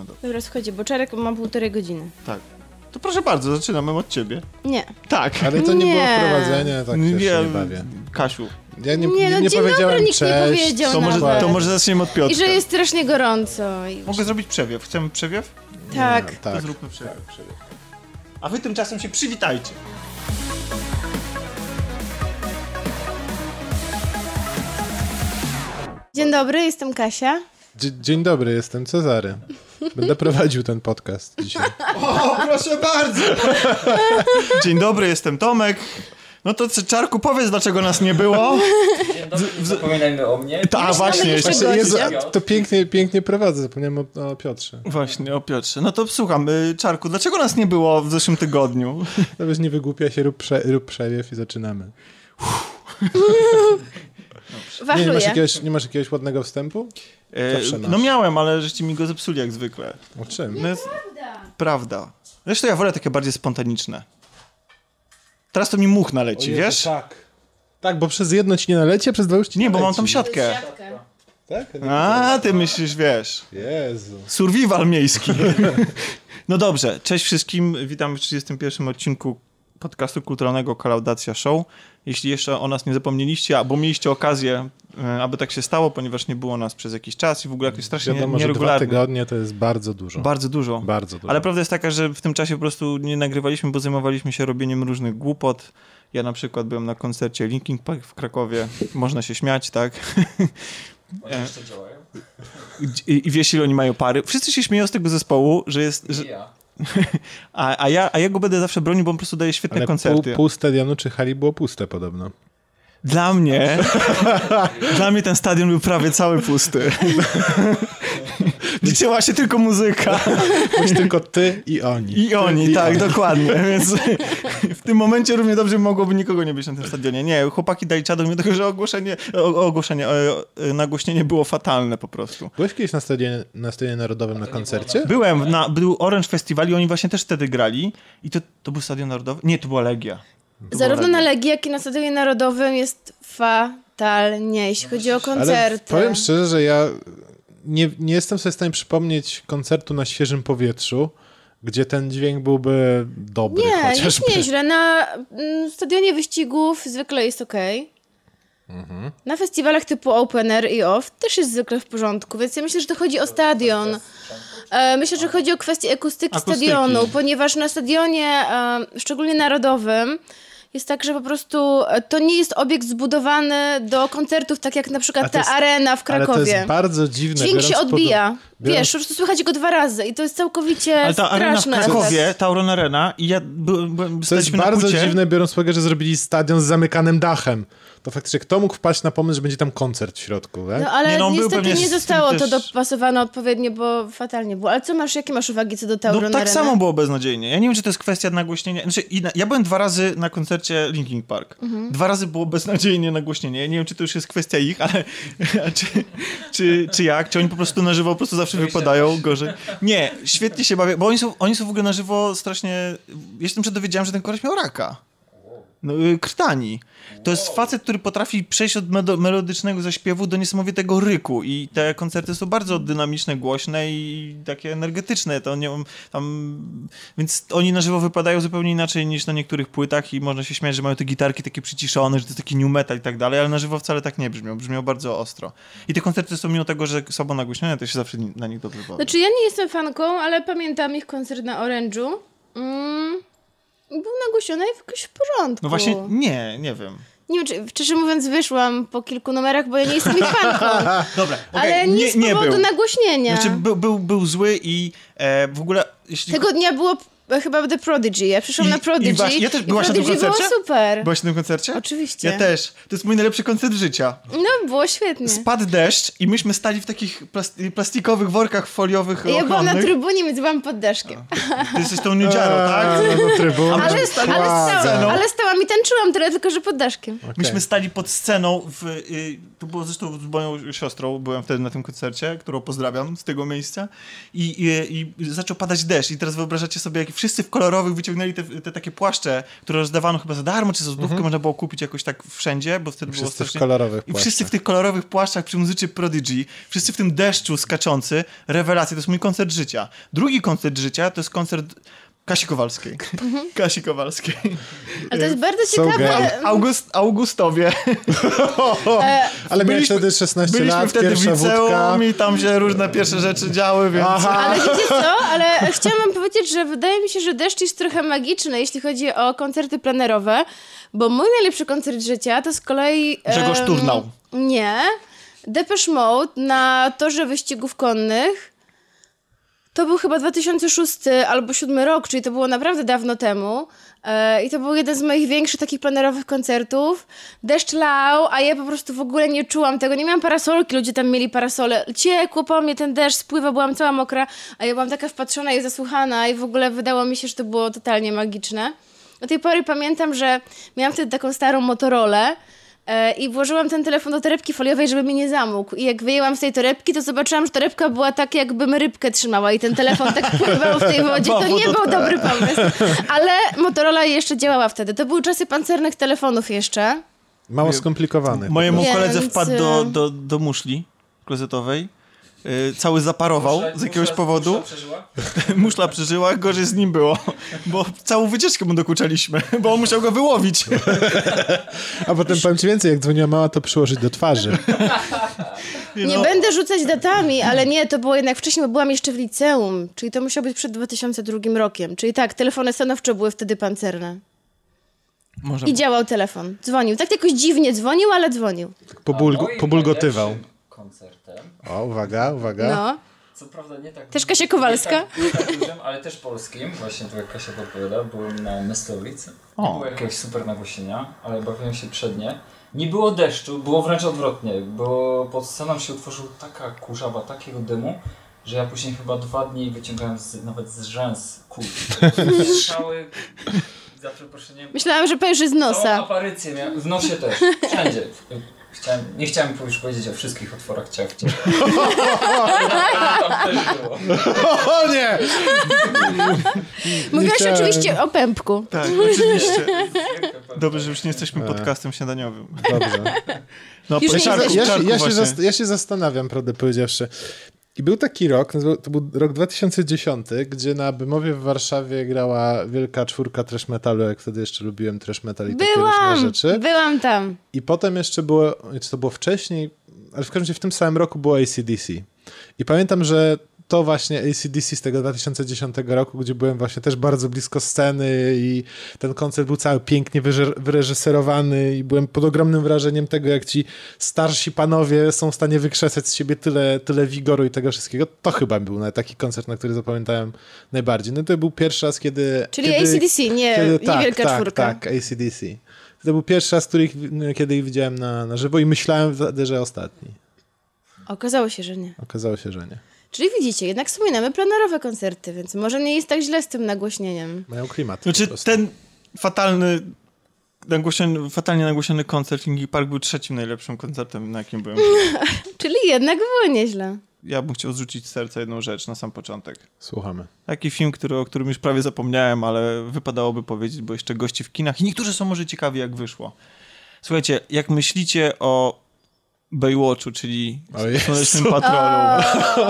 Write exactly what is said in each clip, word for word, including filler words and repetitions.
No dobrze. Dobra, słuchajcie, bo Czarek ma półtorej godziny. Tak. To proszę bardzo, zaczynamy od ciebie. Nie. Tak. Ale to nie, Nie. było wprowadzenie, tak się Nie, nie bawię. Kasiu, Ja nie, Nie, nie, no nie dzień powiedziałem dobry nikt nie cześć. powiedział to może, nawet. to może zaczniemy od Piotrka. I że jest strasznie gorąco. I... Mogę zrobić przewiew. Chcemy przewiew? Tak. Nie, To tak. zróbmy przewiew. A wy tymczasem się przywitajcie. Dzień dobry, jestem Kasia. Dzie- Dzień dobry, jestem Cezary. Będę prowadził ten podcast dzisiaj. O, proszę bardzo! Dzień dobry, jestem Tomek. No to Czarku, powiedz, dlaczego nas nie było. Dzień dobry, nie zapominajmy o mnie. A właśnie, jeszcze Właśnie, gościa. Jezu, a to pięknie, pięknie prowadzę, zapomniałem o, o Piotrze. Właśnie, o Piotrze. No to słucham, y, Czarku, dlaczego nas nie było w zeszłym tygodniu? Nawet nie wygłupia się, rób, prze, rób przewiew i zaczynamy. Nie, nie, masz Wachluję. jakiegoś, nie masz jakiegoś ładnego wstępu? E, Zawsze masz. no miałem, ale żeście mi go zepsuli jak zwykle. O czym? No jest... Prawda. Zresztą ja wolę takie bardziej spontaniczne. Teraz to mi much naleci, O Jezu, wiesz? Tak. Tak, bo przez jedno ci nie naleci, a przez dwa już ci Nie, bo mam naleci. tam siatkę. Tak? A, ty myślisz, wiesz. Jezu. Survival miejski. No dobrze, cześć wszystkim. Witam w trzydziestym pierwszym odcinku podcastu kulturalnego Kolaudacja Show. Jeśli jeszcze o nas nie zapomnieliście, albo mieliście okazję, e, aby tak się stało, ponieważ nie było nas przez jakiś czas i w ogóle jakoś strasznie Wiadomo, że dwa nieregularnie. tygodnie to jest bardzo dużo. Bardzo dużo. Bardzo dużo. Ale prawda jest taka, że w tym czasie po prostu nie nagrywaliśmy, bo zajmowaliśmy się robieniem różnych głupot. Ja na przykład byłem na koncercie Linkin Park w Krakowie. Można się śmiać, tak? Oni jeszcze działają? I, I wiesz, ile oni mają pary. Wszyscy się śmieją z tego zespołu, że jest... Nie Że, ja. a, a, ja, a ja go będę zawsze bronił, bo on po prostu daje świetne Ale koncerty. pół, pół stadionu czy hali było puste podobno. Dla mnie... dla mnie ten stadion był prawie cały pusty. Liczyła się tylko muzyka. Byłeś tylko ty i oni. I oni, I tak, oni. dokładnie. Więc w tym momencie równie dobrze mogłoby nikogo nie być na tym stadionie. Nie, chłopaki dali czadu, mimo tego, że ogłoszenie, o, ogłoszenie, o, nagłośnienie było fatalne po prostu. Byłeś kiedyś na stadionie, na stadionie narodowym na koncercie? Byłem, na, był Orange Festival i oni właśnie też wtedy grali. I to, to był Stadion Narodowy? Nie, to była Legia. To Zarówno była na Legii, jak i na Stadionie Narodowym jest fatalnie, jeśli chodzi o Ale koncerty. powiem szczerze, że ja nie, nie jestem sobie w stanie przypomnieć koncertu na świeżym powietrzu, gdzie ten dźwięk byłby dobry Nie, chociażby. jest nieźle. Na mm, Stadionie Wyścigów zwykle jest okej. Mhm. Na festiwalach typu Open Air i Off też jest zwykle w porządku, więc ja myślę, że to chodzi o stadion. E, myślę, że chodzi o kwestię akustyki, Akustyki. stadionu, ponieważ na stadionie, e, szczególnie narodowym, jest tak, że po prostu e, to nie jest obiekt zbudowany do koncertów, tak jak na A przykład to ta jest- arena w Ale to Krakowie. jest bardzo dziwne. Dźwięk biorąc się pod- odbija. biorąc- Wiesz, po prostu słychać go dwa razy i to jest całkowicie Ale ta arena w straszne. Krakowie, ta Auron Arena, i ja byłem, byłem To jest staliśmy na bardzo płycie. dziwne, biorąc pod uwagę, że zrobili stadion z zamykanym dachem. To faktycznie kto mógł wpaść na pomysł, że będzie tam koncert w środku, tak? No ale Nie, no, on był niestety pewnie nie z tym zostało to też- dopasowane odpowiednio, bo fatalnie było. Ale co masz, jakie masz uwagi co do No Tauron tak Areny? samo było beznadziejnie. Ja nie wiem, czy to jest kwestia nagłośnienia. Znaczy, i na- ja byłem dwa razy na koncercie Linkin Park. Mhm. Dwa razy było beznadziejnie nagłośnienie. Ja nie wiem, czy to już jest kwestia ich, ale czy, czy, czy jak? Czy oni po prostu na żywo po prostu zawsze wypadają gorzej? Nie, świetnie się bawię, bo oni są, oni są w ogóle na żywo strasznie... Jestem, że dowiedziałem, że ten koleś miał raka. No, y, krtani. To jest facet, który potrafi przejść od medo- melodycznego zaśpiewu do niesamowitego ryku i te koncerty są bardzo dynamiczne, głośne i takie energetyczne. To nie, tam, więc oni na żywo wypadają zupełnie inaczej niż na niektórych płytach i można się śmiać, że mają te gitarki takie przyciszone, że to jest taki new metal i tak dalej, ale na żywo wcale tak nie brzmią. Brzmią bardzo ostro. I te koncerty są mimo tego, że słabo nagłośnione, to się zawsze na nich dobrze bawię. Znaczy ja nie jestem fanką, ale pamiętam ich koncert na Orange'u. Mm, był nagłośniony i jakoś w porządku. No właśnie, nie, nie wiem. Nie wiem, czy, szczerze mówiąc wyszłam po kilku numerach, bo ja nie jestem ich fanką. Dobra, Ale okej, nie, z powodu był. nagłośnienia. Znaczy był, był, był zły i e, w ogóle jeśli... Tego dnia było e, chyba The Prodigy. Ja przyszłam I- na i Prodigy. właśnie- ja też- i byłaś na tym Prodigy koncercie? było super. Byłaś na tym koncercie? Oczywiście. Ja też. To jest mój najlepszy koncert życia. No, było świetnie. Spadł deszcz i myśmy stali w takich plas- plastikowych workach foliowych Ja byłam na ochronnych. trybunie, więc byłam pod deszkiem. Ty jesteś tą nudziarą, A, tak? no to trybun. A Ale, ale, stali stałam, sceną. ale stałam i tańczyłam tyle, tylko że pod deszkiem. Myśmy stali pod sceną w... Y, to było zresztą z moją siostrą, byłem wtedy na tym koncercie, którą pozdrawiam z tego miejsca i, i, i zaczął padać deszcz i teraz wyobrażacie sobie, jak wszyscy w kolorowych wyciągnęli te, te takie płaszcze, które rozdawano chyba za darmo, czy za złotówkę Mhm. można było kupić jakoś tak wszędzie, bo wtedy było Wszyscy w strasznie... kolorowych I płaszczach. wszyscy w tych kolorowych płaszczach przy muzyce Prodigy, wszyscy w tym deszczu skaczący, rewelacja, to jest mój koncert życia. Drugi koncert życia to jest koncert Kasi Kowalskiej. Kasi Kowalskiej. Ale to jest bardzo So ciekawe. gay. August, Augustowie. Ale miałeś Byliśmy- wtedy szesnaście Byliśmy lat, wtedy w pierwsza wódka. liceum i tam się różne pierwsze rzeczy działy, więc... Aha. Ale wiecie co? Ale chciałam wam powiedzieć, że wydaje mi się, że deszcz jest trochę magiczny, jeśli chodzi o koncerty plenerowe, bo mój najlepszy koncert życia to z kolei... Grzegorz em, Turnał. Nie. Depeche Mode na torze wyścigów konnych. To był chyba dwa tysiące szósty albo dwa tysiące siódmy rok, czyli to było naprawdę dawno temu. E, I to był jeden z moich większych takich plenerowych koncertów. Deszcz lał, a ja po prostu w ogóle nie czułam tego. Nie miałam parasolki, ludzie tam mieli parasole. Ciekło po mnie, ten deszcz spływa, byłam cała mokra, a ja byłam taka wpatrzona i zasłuchana i w ogóle wydało mi się, że to było totalnie magiczne. Do tej pory pamiętam, że miałam wtedy taką starą Motorolę, E, I włożyłam ten telefon do torebki foliowej, żeby mnie nie zamógł. I jak wyjęłam z tej torebki, to zobaczyłam, że torebka była tak, jakbym rybkę trzymała i ten telefon tak pływał w tej wodzie. To nie był dobry pomysł. Ale Motorola jeszcze działała wtedy. To były czasy pancernych telefonów jeszcze. Mało skomplikowane. Mojemu Więc, koledze wpadł do, y- do, do muszli klozetowej. Yy, cały zaparował Muszla- z jakiegoś muszla- powodu. muszla przeżyła? Muszla przeżyła, gorzej z nim było. Bo całą wycieczkę mu dokuczaliśmy, bo on musiał go wyłowić. A potem powiem ci więcej, jak dzwoniła mama, to przyłożyć do twarzy. Nie No. będę rzucać datami, ale nie, to było jednak wcześniej, bo byłam jeszcze w liceum. Czyli to musiało być przed dwa tysiące drugim rokiem. Czyli tak, telefony stanowczo były wtedy pancerne. Może I działał telefon. Dzwonił. Tak jakoś dziwnie dzwonił, ale dzwonił. Pobulgo, A moim pobulgotywał. najlepszym koncertem, O, uwaga, uwaga. No. co prawda nie tak... Też Kasia Kowalska? Nie tak, nie tak dużym, ale też polskim, właśnie tu jak Kasia podpowiada, byłem na Myslowic. Nie O. było jakiegoś super nagłośnienia, ale bawiłem się przednie. Nie było deszczu, było wręcz odwrotnie, bo pod sceną się utworzył taka kurzawa, takiego dymu, że ja później chyba dwa dni wyciągałem z, nawet z rzęs kul. Strzały, za przeproszeniem. Myślałam, że powiesz, że z Całą nosa. aparycję miałem, w nosie też, wszędzie. Chciałem, nie chciałem już powiedzieć o wszystkich otworach ciawci. Tam też było. O nie! Mówiłaś chciałem. oczywiście o pępku. Tak, oczywiście. Dobrze, że już nie jesteśmy podcastem śniadaniowym. Dobrze. No, Już po nie Czarku, jesteśmy. Ja, się- Czarku ja, się właśnie. zast- ja się zastanawiam, prawdę powiedziawszy. I był taki rok, nazywał- to był rok dwa tysiące dziesiąty, gdzie na Bemowie w Warszawie grała wielka czwórka trash metalu, jak wtedy jeszcze lubiłem trash metal i takie różne Byłam, rzeczy. byłam tam. I potem jeszcze było, czy to było wcześniej, ale w każdym razie w tym samym roku było A C D C. I pamiętam, że to właśnie A C D C z tego dwa tysiące dziesiątego roku, gdzie byłem właśnie też bardzo blisko sceny i ten koncert był cały pięknie wyre- wyreżyserowany i byłem pod ogromnym wrażeniem tego, jak ci starsi panowie są w stanie wykrzesać z siebie tyle, tyle wigoru i tego wszystkiego. To chyba był na taki koncert, na który zapamiętałem najbardziej. No to był pierwszy raz, kiedy... Czyli kiedy, A C D C, nie, kiedy, nie tak, Wielka tak, Czwórka. Tak, A C D C. To był pierwszy raz, który ich, kiedy ich widziałem na, na żywo i myślałem wtedy, że ostatni. Okazało się, że nie. Okazało się, że nie. Czyli widzicie, jednak wspominamy plenerowe koncerty, więc może nie jest tak źle z tym nagłośnieniem. Mają klimat. Znaczy po prostu. ten fatalny, nagłośniony, fatalnie nagłośniony koncert Linkin Park był trzecim najlepszym koncertem, na jakim byłem. Czyli jednak było nieźle. Ja bym chciał odrzucić z serca jedną rzecz na sam początek. Słuchamy. Taki film, który, o którym już prawie zapomniałem, ale wypadałoby powiedzieć, bo jeszcze gości w kinach i niektórzy są może ciekawi, jak wyszło. Słuchajcie, jak myślicie o Baywatchu, czyli O Jezu. Słonecznym Patrolu.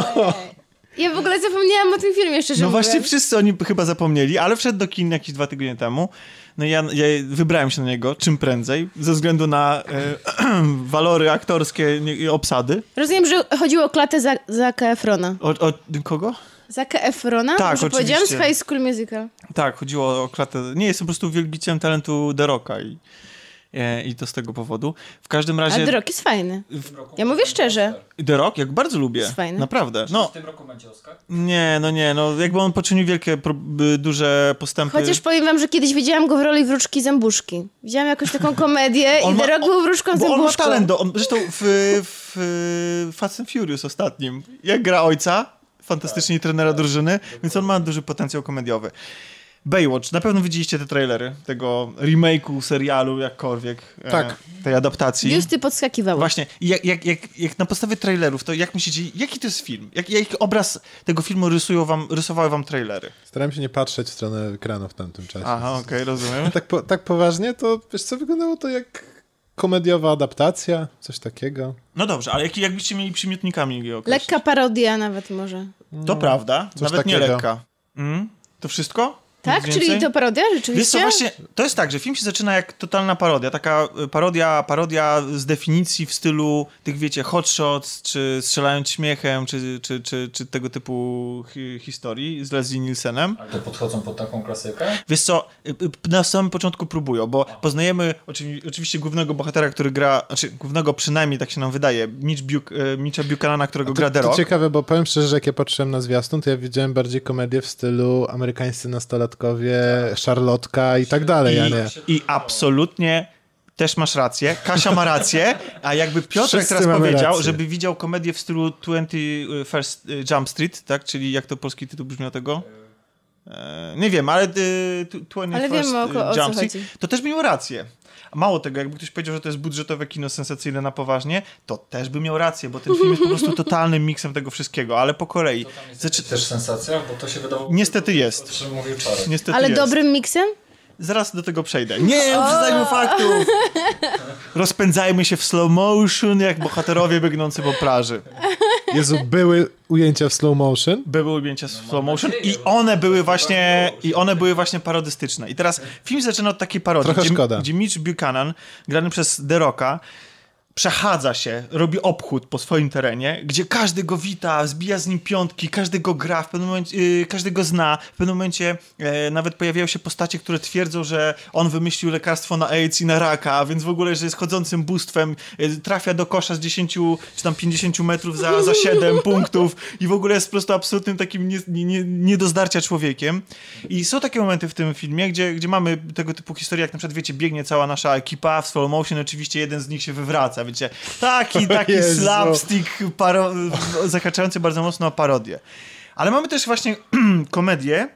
Ja w ogóle zapomniałam o tym filmie, szczerze No mówiąc. właśnie wszyscy oni chyba zapomnieli, ale wszedł do kin jakieś dwa tygodnie temu. No ja, ja wybrałem się na niego czym prędzej, ze względu na e, walory aktorskie nie- i obsady. Rozumiem, że chodziło o klatę za, Zacka Efrona. O, o kogo? Zacka Efrona? Tak, Może powiedziałam z oczywiście. High School Musical. Tak, chodziło o klatę. Nie, jestem po prostu wielbicielem talentu The Rocka i, e, i to z tego powodu. W każdym A razie The Rock jest fajny. W tym roku Ja mówię będzie szczerze. Oscar. The Rock, jak bardzo lubię. Jest fajny. Naprawdę. Czy No, w tym roku będzie Oscar? nie, no nie, no jakby on poczynił wielkie, pro, by, duże postępy. Chociaż powiem wam, że kiedyś widziałam go w roli wróczki zębuszki. Widziałam jakąś taką komedię i On ma- The Rock był wróczką Bo on ma zębuszką. talent do... On, zresztą w, w Fast and Furious ostatnim, jak gra ojca, fantastycznie trenera drużyny, więc on ma duży potencjał komediowy. Baywatch, na pewno widzieliście te trailery tego remake'u serialu, jakkolwiek, Tak. e, tej adaptacji. Biusty podskakiwały. Właśnie, I jak, jak, jak, jak na podstawie trailerów, to jak myślicie, jaki to jest film? Jak, jaki obraz tego filmu rysują wam, rysowały wam trailery? Starałem się nie patrzeć w stronę ekranu w tamtym czasie. Aha, okej, okay, rozumiem. Tak, po, tak poważnie, to wiesz co, wyglądało to jak komediowa adaptacja, coś takiego. No dobrze, ale jak, jakbyście mieli przymiotnikami je określić? Lekka parodia nawet może. To prawda, coś nawet nie takiego. lekka. Mm? To wszystko? Tak? Nic Czyli więcej? to parodia rzeczywiście? Wiesz co, właśnie, to jest tak, że film się zaczyna jak totalna parodia, taka y, parodia, parodia z definicji w stylu tych, wiecie, hot shots, czy strzelając śmiechem, czy, czy, czy, czy tego typu hi historii z Leslie Nielsenem. Ale to podchodzą pod taką klasykę? Wiesz co, y, y, na samym początku próbują, bo poznajemy oczywi oczywiście głównego bohatera, który gra, znaczy głównego przynajmniej, tak się nam wydaje, Mitch Buk y, Mitcha Buchanana, którego To, gra The to Rock. ciekawe, bo powiem szczerze, że jak ja patrzyłem na zwiastun, to ja widziałem bardziej komedię w stylu amerykańscy nastolatkowie, Szarlotka i tak dalej, a nie. I absolutnie też masz rację, Kasia ma rację, a jakby Piotrek Wszyscy teraz mamy powiedział, rację. żeby widział komedię w stylu twenty First Jump Street, tak? Czyli jak to polski tytuł brzmiał tego? E, nie wiem, ale y, twenty Ale First wiemy, o ko- o co Jump Street, chodzi. to też miał rację. A mało tego, jakby ktoś powiedział, że to jest budżetowe kino sensacyjne na poważnie, to też by miał rację, bo ten film jest po prostu totalnym miksem tego wszystkiego, ale po kolei. Zaczy... Też sensacja, bo to się wydawało... Niestety jest. O czym mówił Czarek. Niestety Ale jest. dobrym miksem? Zaraz do tego przejdę. Nie, przydajmy faktów! Rozpędzajmy się w slow motion, jak bohaterowie biegnący po plaży. Jezu, były ujęcia w slow motion. Były ujęcia w slow motion i one były właśnie i one były właśnie parodystyczne. I teraz film zaczyna od takiej parodii, Trochę gdzie, szkoda. gdzie Mitch Buchanan, grany przez The Rocka, przechadza się, robi obchód po swoim terenie, gdzie każdy go wita, zbija z nim piątki, każdy go gra, w pewnym momencie, yy, każdy go zna. W pewnym momencie yy, nawet pojawiają się postacie, które twierdzą, że on wymyślił lekarstwo na AIDS i na raka, więc w ogóle, że jest chodzącym bóstwem, yy, trafia do kosza z dziesięciu czy tam pięćdziesięciu metrów za, za siedem punktów i w ogóle jest po prostu absolutnym takim nie, nie, nie, nie do zdarcia człowiekiem. I są takie momenty w tym filmie, gdzie, gdzie mamy tego typu historie, jak na przykład, wiecie, biegnie cała nasza ekipa w slow motion, oczywiście jeden z nich się wywraca, wiecie, taki, taki Jezu. slapstick paro- zahaczający bardzo mocno o parodię. Ale mamy też właśnie komedię e,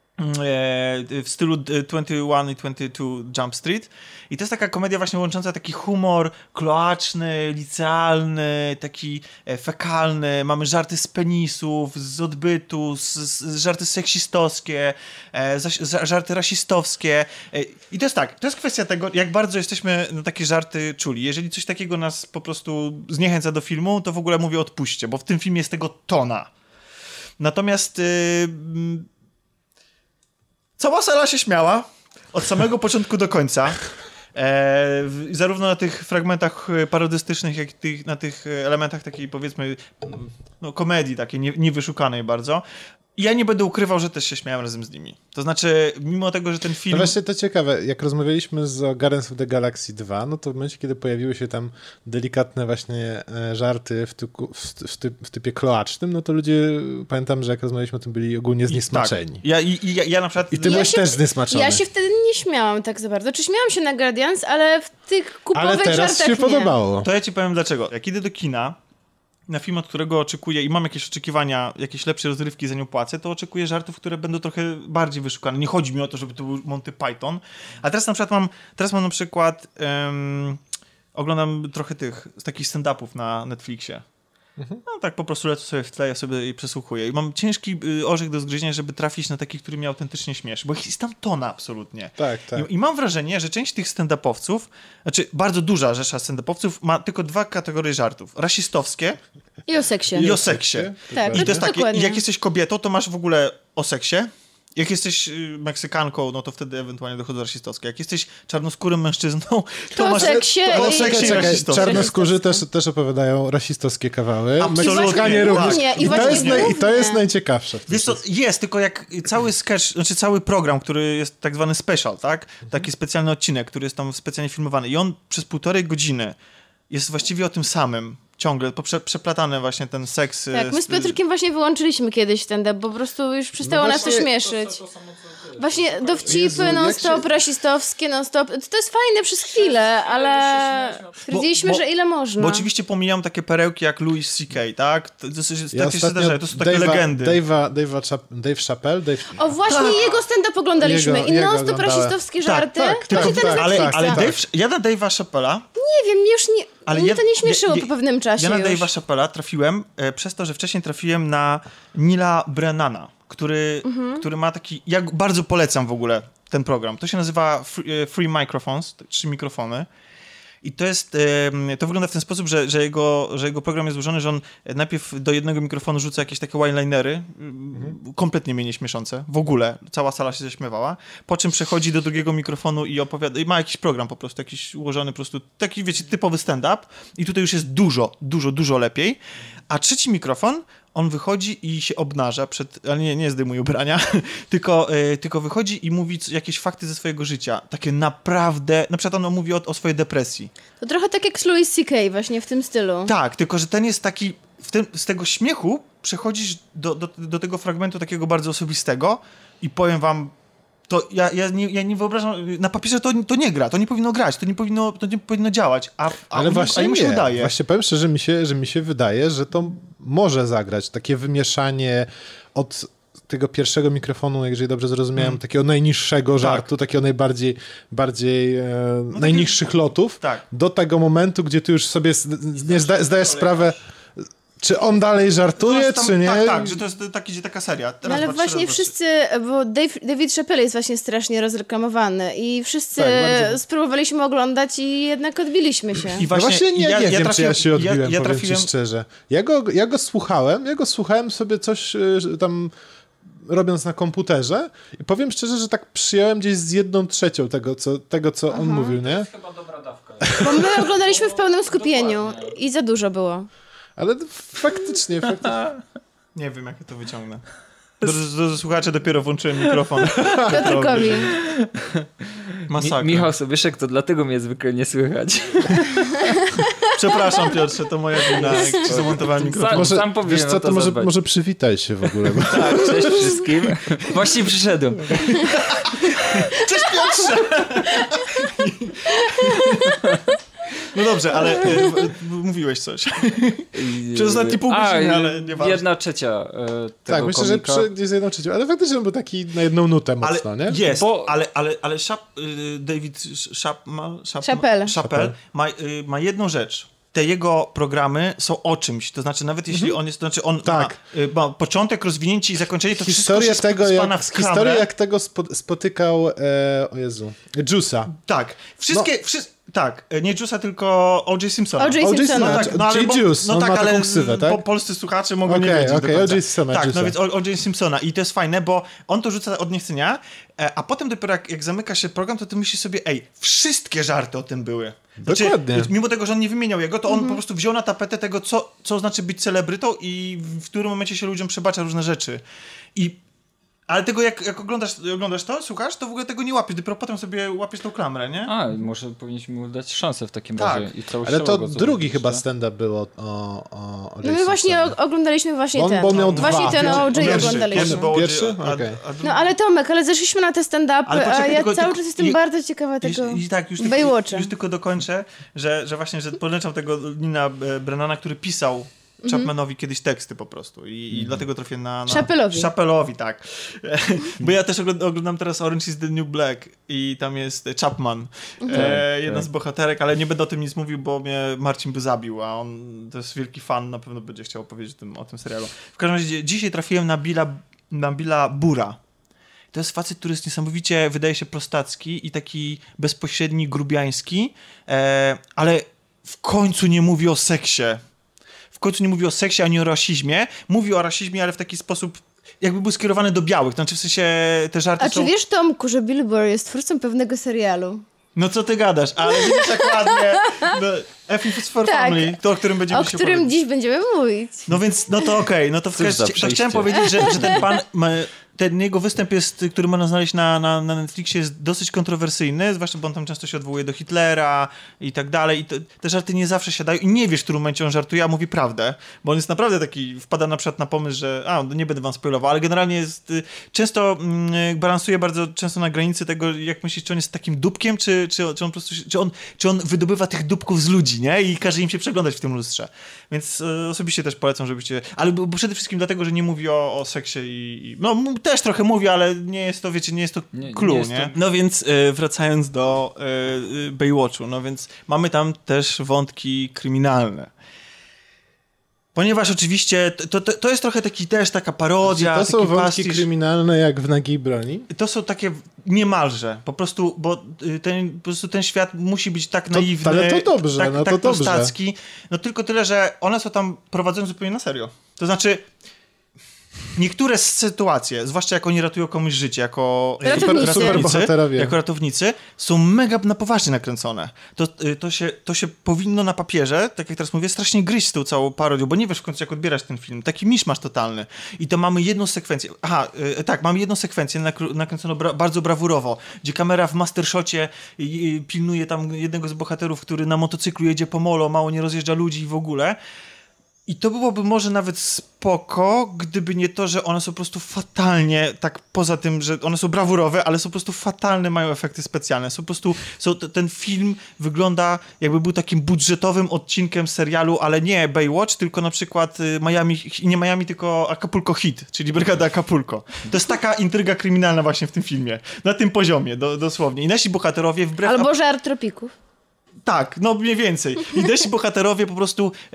w stylu twenty one i twenty two Jump Street i to jest taka komedia właśnie łącząca taki humor kloaczny, licealny, taki e, fekalny, mamy żarty z penisów, z odbytu, z, z, żarty seksistowskie, e, zaś, za, żarty rasistowskie e, i to jest tak, to jest kwestia tego, jak bardzo jesteśmy na takie żarty czuli. Jeżeli coś takiego nas po prostu zniechęca do filmu, to w ogóle mówię odpuśćcie, bo w tym filmie jest tego tona. Natomiast y, cała sala się śmiała od samego początku do końca. E, w, zarówno na tych fragmentach parodystycznych, jak i tych, na tych elementach takiej, powiedzmy, no, komedii takiej nie, niewyszukanej bardzo. I ja nie będę ukrywał, że też się śmiałem razem z nimi. To znaczy, mimo tego, że ten film... No właśnie to ciekawe, jak rozmawialiśmy z Guardians of the Galaxy dwa, no to w momencie, kiedy pojawiły się tam delikatne właśnie e, żarty w, tyku, w, w, ty, w typie kloacznym, no to ludzie, pamiętam, że jak rozmawialiśmy o tym, byli ogólnie zniesmaczeni. Tak. Ja, i, i, ja, ja na przykład... I ty Ja byłeś się- też zniesmaczony. Ja się wtedy nie śmiałam tak za bardzo. Czy śmiałam się na Guardians, ale w tych kupowych Ale teraz żartach się nie. podobało. To ja ci powiem dlaczego. Jak idę do kina na film, od którego oczekuję i mam jakieś oczekiwania, jakieś lepsze rozrywki, za nią płacę, to oczekuję żartów, które będą trochę bardziej wyszukane. Nie chodzi mi o to, żeby to był Monty Python. A teraz na przykład mam, teraz mam na przykład um, oglądam trochę tych, z takich stand-upów na Netflixie. Mhm. No tak po prostu lecę sobie w tle, ja sobie je przesłuchuję. I mam ciężki y, orzech do zgryzienia, żeby trafić na taki, który mnie autentycznie śmieszy, bo ich jest tam tona absolutnie. Tak, tak. I, I mam wrażenie, że część tych stand-upowców, znaczy bardzo duża rzesza stand-upowców ma tylko dwa kategorie żartów. Rasistowskie I o seksie. i o seksie. Tak, I to jest takie, dokładnie. jak jesteś kobietą, to masz w ogóle o seksie. Jak jesteś y, Meksykanką, no to wtedy ewentualnie dochodzą rasistowskie. Jak jesteś czarnoskórym mężczyzną, to, To o masz seksie to o i- seksie i Czekaj, rasistowskie. czarnoskórzy też, też opowiadają rasistowskie kawały. Absolutnie, Meksykanie tak. również. Głównie, i I, to właśnie jest naj, I to głównie. jest najciekawsze. w tym Wiesz co, wszystkim. jest, tylko jak cały sketch, znaczy cały program, który jest tak zwany special, tak? Taki specjalny odcinek, który jest tam specjalnie filmowany i on przez półtorej godziny jest właściwie o tym samym. Ciągle, poprze- przeplatany właśnie ten seks. Tak, my z Piotrkiem właśnie wyłączyliśmy kiedyś ten deb, bo po prostu już przestało No nas to właśnie- śmieszyć. Właśnie dowcipy Jezu, jak non-stop, się- rasistowskie non-stop. To jest fajne przez chwilę, ale stwierdziliśmy, Bo- bo- że ile można. Bo oczywiście pomijam takie perełki jak Louis C K, tak? To, to, to, Ja takie się ostatnio zdarzają, to są takie Dave'a- legendy. Dave'a, Dave'a Chap- Dave Chappelle, Dave... O, właśnie jego stand-up oglądaliśmy Jego- i jego non-stop oglądałem. rasistowskie Tak, żarty. tak, to tak, się ten tak, ale Netflixa. ale tak. Dave, ja na Dave'a Chappella Nie wiem, mnie już nie... Ale mnie ja- to nie śmieszyło ja- po pewnym czasie Ja na już. Dave'a Chappella trafiłem e, przez to, że wcześniej trafiłem na Nila Brennana, który, Mhm. który ma taki... Ja bardzo polecam w ogóle ten program. To się nazywa Free, e, free Microphones, trzy mikrofony. I to jest, e, to wygląda w ten sposób, że, że, jego, że jego program jest złożony, że on najpierw do jednego mikrofonu rzuca jakieś takie one-linery, mhm. kompletnie mnie nie śmieszące, w ogóle, cała sala się zaśmiewała, po czym przechodzi do drugiego mikrofonu i opowiada, i ma jakiś program po prostu, jakiś ułożony po prostu, taki wiecie, typowy stand-up i tutaj już jest dużo, dużo, dużo lepiej, a trzeci mikrofon, on wychodzi i się obnaża przed, ale nie, nie zdejmuje ubrania, tylko, y, tylko wychodzi i mówi c- jakieś fakty ze swojego życia, takie naprawdę, na przykład on mówi o, o swojej depresji. To trochę tak jak z Louis C K właśnie w tym stylu. Tak, tylko że ten jest taki, w tym, z tego śmiechu przechodzisz do, do, do tego fragmentu takiego bardzo osobistego i powiem wam, to ja, ja, nie, ja nie wyobrażam, na papierze to, to nie gra, to nie powinno grać, to nie powinno, to nie powinno działać, a, a, Ale mu- właśnie a mu się nie. udaje. Właśnie powiem szczerze, że mi się, że mi się wydaje, że to może zagrać. Takie wymieszanie od tego pierwszego mikrofonu, jeżeli dobrze zrozumiałem, Mm. takiego najniższego żartu, takiego najbardziej bardziej e, najniższych lotów, tak. do tego momentu, gdzie ty już sobie z, nie zda, zdajesz sprawę, czy on dalej żartuje, Zresztą- czy nie. Tak, tak, że to jest taki, gdzie taka seria. No Raz, ale dwa, trzy, właśnie raz, dwa, trzy. wszyscy, bo Dave, David Chappelle jest właśnie strasznie rozreklamowany i wszyscy Tak, bardzo. spróbowaliśmy oglądać i jednak odbiliśmy się. I No właśnie nie, ja, nie ja wiem, trafiłem, czy ja się odbiłem, ja, ja powiem trafiłem, ci szczerze. Ja go, ja go słuchałem, ja go słuchałem sobie coś y, tam robiąc na komputerze i powiem szczerze, że tak przyjąłem gdzieś z jedną trzecią tego, co, tego, co on mówił, nie? Chyba dobra dawka. Bo my oglądaliśmy w pełnym skupieniu Dokładnie. i za dużo było. Ale faktycznie, faktycznie. Nie wiem, jak ja to wyciągnę. Drodzy, drodzy słuchacze, dopiero włączyłem mikrofon. Piotrkowi. Masakra. Mi, Michał Sobieszek, to dlatego mnie zwykle nie słychać. Przepraszam, Piotrze, to moja wina, jak ci zamontowałem mikrofon. Sam- Może, sam powinien wiesz o co, to to może, zadbać. może przywitaj się w ogóle. Bo... Tak, cześć wszystkim. Właśnie przyszedłem. Cześć, Piotrze! No dobrze, ale y, y, mówiłeś coś. Przez ostatnie pół godziny, ale nieważne. Jedna trzecia e, tego tak, myślę, że komika. przy, gdzieś z jedną trzecią, ale faktycznie on był taki na jedną nutę Ale mocno, nie? jest, Bo- ale, ale, ale Szap, y, David Chapman, Chappelle. Chappelle ma, y, ma jedną rzecz. Te jego programy są o czymś, to znaczy nawet jeśli on jest, to znaczy on Tak. ma, y, ma początek, rozwinięcie i zakończenie, to Historia wszystko się tego, spana jak, w klamrę. historia jak tego spo, spotykał, e, o Jezu, Juice'a. Tak, wszystkie, No. wszy, tak, nie Juice'a, tylko O J. Simpsona. O J. O J. Simpsona. Simpsona, No tak, no ale, czyli bo, Juice, no on tak, ma ale taką ksywę, tak? po, polscy słuchacze mogą Okej, nie wiedzieć okej, do końca. O J. Simpsona, Tak, Juice'a. no więc O J. Simpsona i to jest fajne, bo on to rzuca od niechcenia, e, a potem dopiero jak, jak zamyka się program, to ty myślisz sobie, ej, wszystkie żarty o tym były. Znaczy, Dokładnie. mimo tego, że on nie wymieniał jego, to on po prostu wziął na tapetę tego, co, co znaczy być celebrytą i w którym momencie się ludziom przebacza różne rzeczy. I ale tego jak, jak oglądasz, oglądasz to, słuchasz, to w ogóle tego nie łapiesz, dopiero potem sobie łapiesz tą klamrę, nie? A, może powinniśmy mu dać szansę w takim Tak. razie. I Ale to go drugi zobaczyć, chyba nie? stand-up był o, o, o, o No my właśnie Simpsonie. o- oglądaliśmy właśnie Bo on- ten. bo on miał dwa. Właśnie ten O J Pierwszy, oglądaliśmy. Pierwszy, był Pierwszy? O J, a- Okej. a drugi- No ale Tomek, ale zeszliśmy na te stand-upy, Ale a poczekaj, ja tylko- cały tylko- czas jestem i- bardzo ciekawa tego Już, i tak, już Baywatcha. tylko, już tylko dokończę, że, że właśnie, że polecam tego Nina e, Brennana, który pisał Chapmanowi kiedyś teksty po prostu i, i dlatego trafię na... na Chappelle'owi. Chappelle'owi, tak. Bo ja też oglądam, oglądam teraz Orange is the New Black i tam jest Chapman, e, jedna tak. z bohaterek, ale nie będę o tym nic mówił, bo mnie Marcin by zabił, a on to jest wielki fan, na pewno będzie chciał opowiedzieć o tym, o tym serialu. W każdym razie dzisiaj trafiłem na Billa, na Billa Burra. To jest facet, który jest niesamowicie, wydaje się, prostacki i taki bezpośredni, grubiański, e, ale w końcu nie mówi o seksie. W końcu nie mówi o seksie ani o rasizmie. Mówi o rasizmie, ale w taki sposób, jakby był skierowany do białych. Znaczy w sensie te żarty A są... czy wiesz, Tomku, że Bill Burr jest twórcą pewnego serialu? No co ty gadasz, ale widzisz jak ładnie. No, F is for Tak. Family, to o którym będziemy O się którym dziś będziemy mówić. No więc, no to okej, no to w Cóż za każdym to przejście. chciałem powiedzieć, że, że ten pan ma, ten jego występ jest, który można znaleźć na, na, na Netflixie, jest dosyć kontrowersyjny, zwłaszcza, bo on tam często się odwołuje do Hitlera i tak dalej. I te, te żarty nie zawsze siadają i nie wiesz, w którym momencie on żartuje, a mówi prawdę, bo on jest naprawdę taki, wpada na przykład na pomysł, że a, nie będę wam spoilował, ale generalnie jest, często mm, balansuje bardzo często na granicy tego, jak myślisz, czy on jest takim dupkiem, czy, czy, czy on po prostu, czy on, czy on wydobywa tych dupków z ludzi, nie? I każe im się przeglądać w tym lustrze. Więc e, osobiście też polecam, żebyście, ale bo, bo przede wszystkim dlatego, że nie mówi o, o seksie i, i no m- też trochę mówi, ale nie jest to, wiecie, nie jest to Nie- clue, nie nie? jest to- No więc e, wracając do e, e, Baywatchu, no więc mamy tam też wątki kryminalne. Ponieważ oczywiście to, to, to jest trochę taki też taka parodia, To są taki wątki pastisz. kryminalne jak w Nagiej Broni? To są takie niemalże, po prostu, bo y, ten, po prostu ten świat musi być tak To- naiwny, ale to dobrze, tak, no to tak dobrze. prostacki, no tylko tyle, że one są tam prowadzone zupełnie na serio. To znaczy, niektóre sytuacje, zwłaszcza jak oni ratują komuś życie, jako Ratownicy. Superbohaterowie. jako ratownicy, są mega na poważnie nakręcone. To, y, to, się, to się powinno na papierze, tak jak teraz mówię, strasznie gryźć z tą całą parodią, bo nie wiesz w końcu, jak odbierać ten film. Taki miszmasz totalny. I to mamy jedną sekwencję. Aha, y, tak, mamy jedną sekwencję nakr- nakręconą bra- bardzo brawurowo, gdzie kamera w mastershocie y, y, pilnuje tam jednego z bohaterów, który na motocyklu jedzie po molo, mało nie rozjeżdża ludzi i w ogóle. I to byłoby może nawet spoko, gdyby nie to, że one są po prostu fatalnie, tak poza tym, że one są brawurowe, ale są po prostu fatalne, mają efekty specjalne. Są po prostu, są, t- ten film wygląda jakby był takim budżetowym odcinkiem serialu, ale nie Baywatch, tylko na przykład y, Miami, nie Miami, tylko Acapulco Hit, czyli Brygada Acapulco. To jest taka intryga kryminalna właśnie w tym filmie. Na tym poziomie, do, dosłownie. I nasi bohaterowie wbrew... Albo żar tropików. Tak, no mniej więcej. I nasi bohaterowie po prostu e,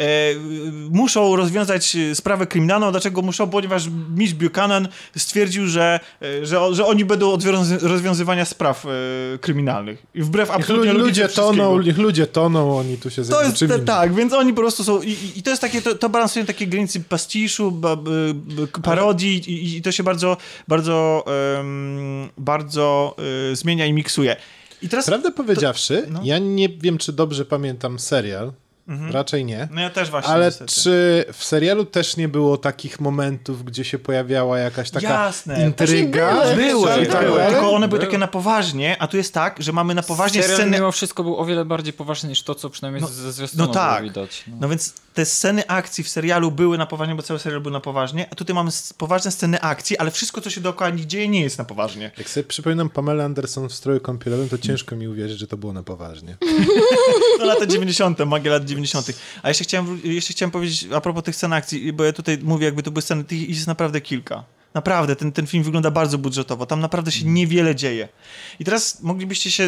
muszą rozwiązać sprawę kryminalną. Dlaczego muszą? Ponieważ Mitch Buchanan stwierdził, że, e, że, że oni będą od rozwiązy- rozwiązywania spraw e, kryminalnych. I wbrew Niech absolutnie lu- logice ludzie wszystkiego. toną, niech ludzie toną, oni tu się To jest zjednoczyli. te, tak, więc oni po prostu są. I, i- i to jest takie, to, to balansuje takie granice pastiszu, ba, b, b, parodii i, i to się bardzo, bardzo, em, bardzo e, zmienia i miksuje. I teraz. Prawdę powiedziawszy, no. ja nie wiem, czy dobrze pamiętam serial. Raczej nie. No ja też właśnie. Ale niestety. czy w serialu też nie było takich momentów, gdzie się pojawiała jakaś taka Jasne. intryga? Właśnie Były, Tak, były, tak, były, ale- tylko one były były. takie na poważnie, a tu jest tak, że mamy na poważnie Serial sceny. mimo wszystko był o wiele bardziej poważny niż to, co przynajmniej No- ze zwiastunu no tak. było widać. No. No więc te sceny akcji w serialu były na poważnie, bo cały serial był na poważnie, a tutaj mamy s- poważne sceny akcji, ale wszystko, co się dookoła nich dzieje, nie jest na poważnie. Jak sobie przypominam Pamela Anderson w stroju kąpielowym, to ciężko mi uwierzyć, że to było na poważnie. No lata dziewięćdziesiąte, magia lat dziewięćdziesiątych. A jeszcze chciałem, wró- jeszcze chciałem powiedzieć a propos tych scen akcji, bo ja tutaj mówię, jakby to były sceny, tych jest naprawdę kilka. Naprawdę, ten, ten film wygląda bardzo budżetowo, tam naprawdę się niewiele dzieje. I teraz moglibyście się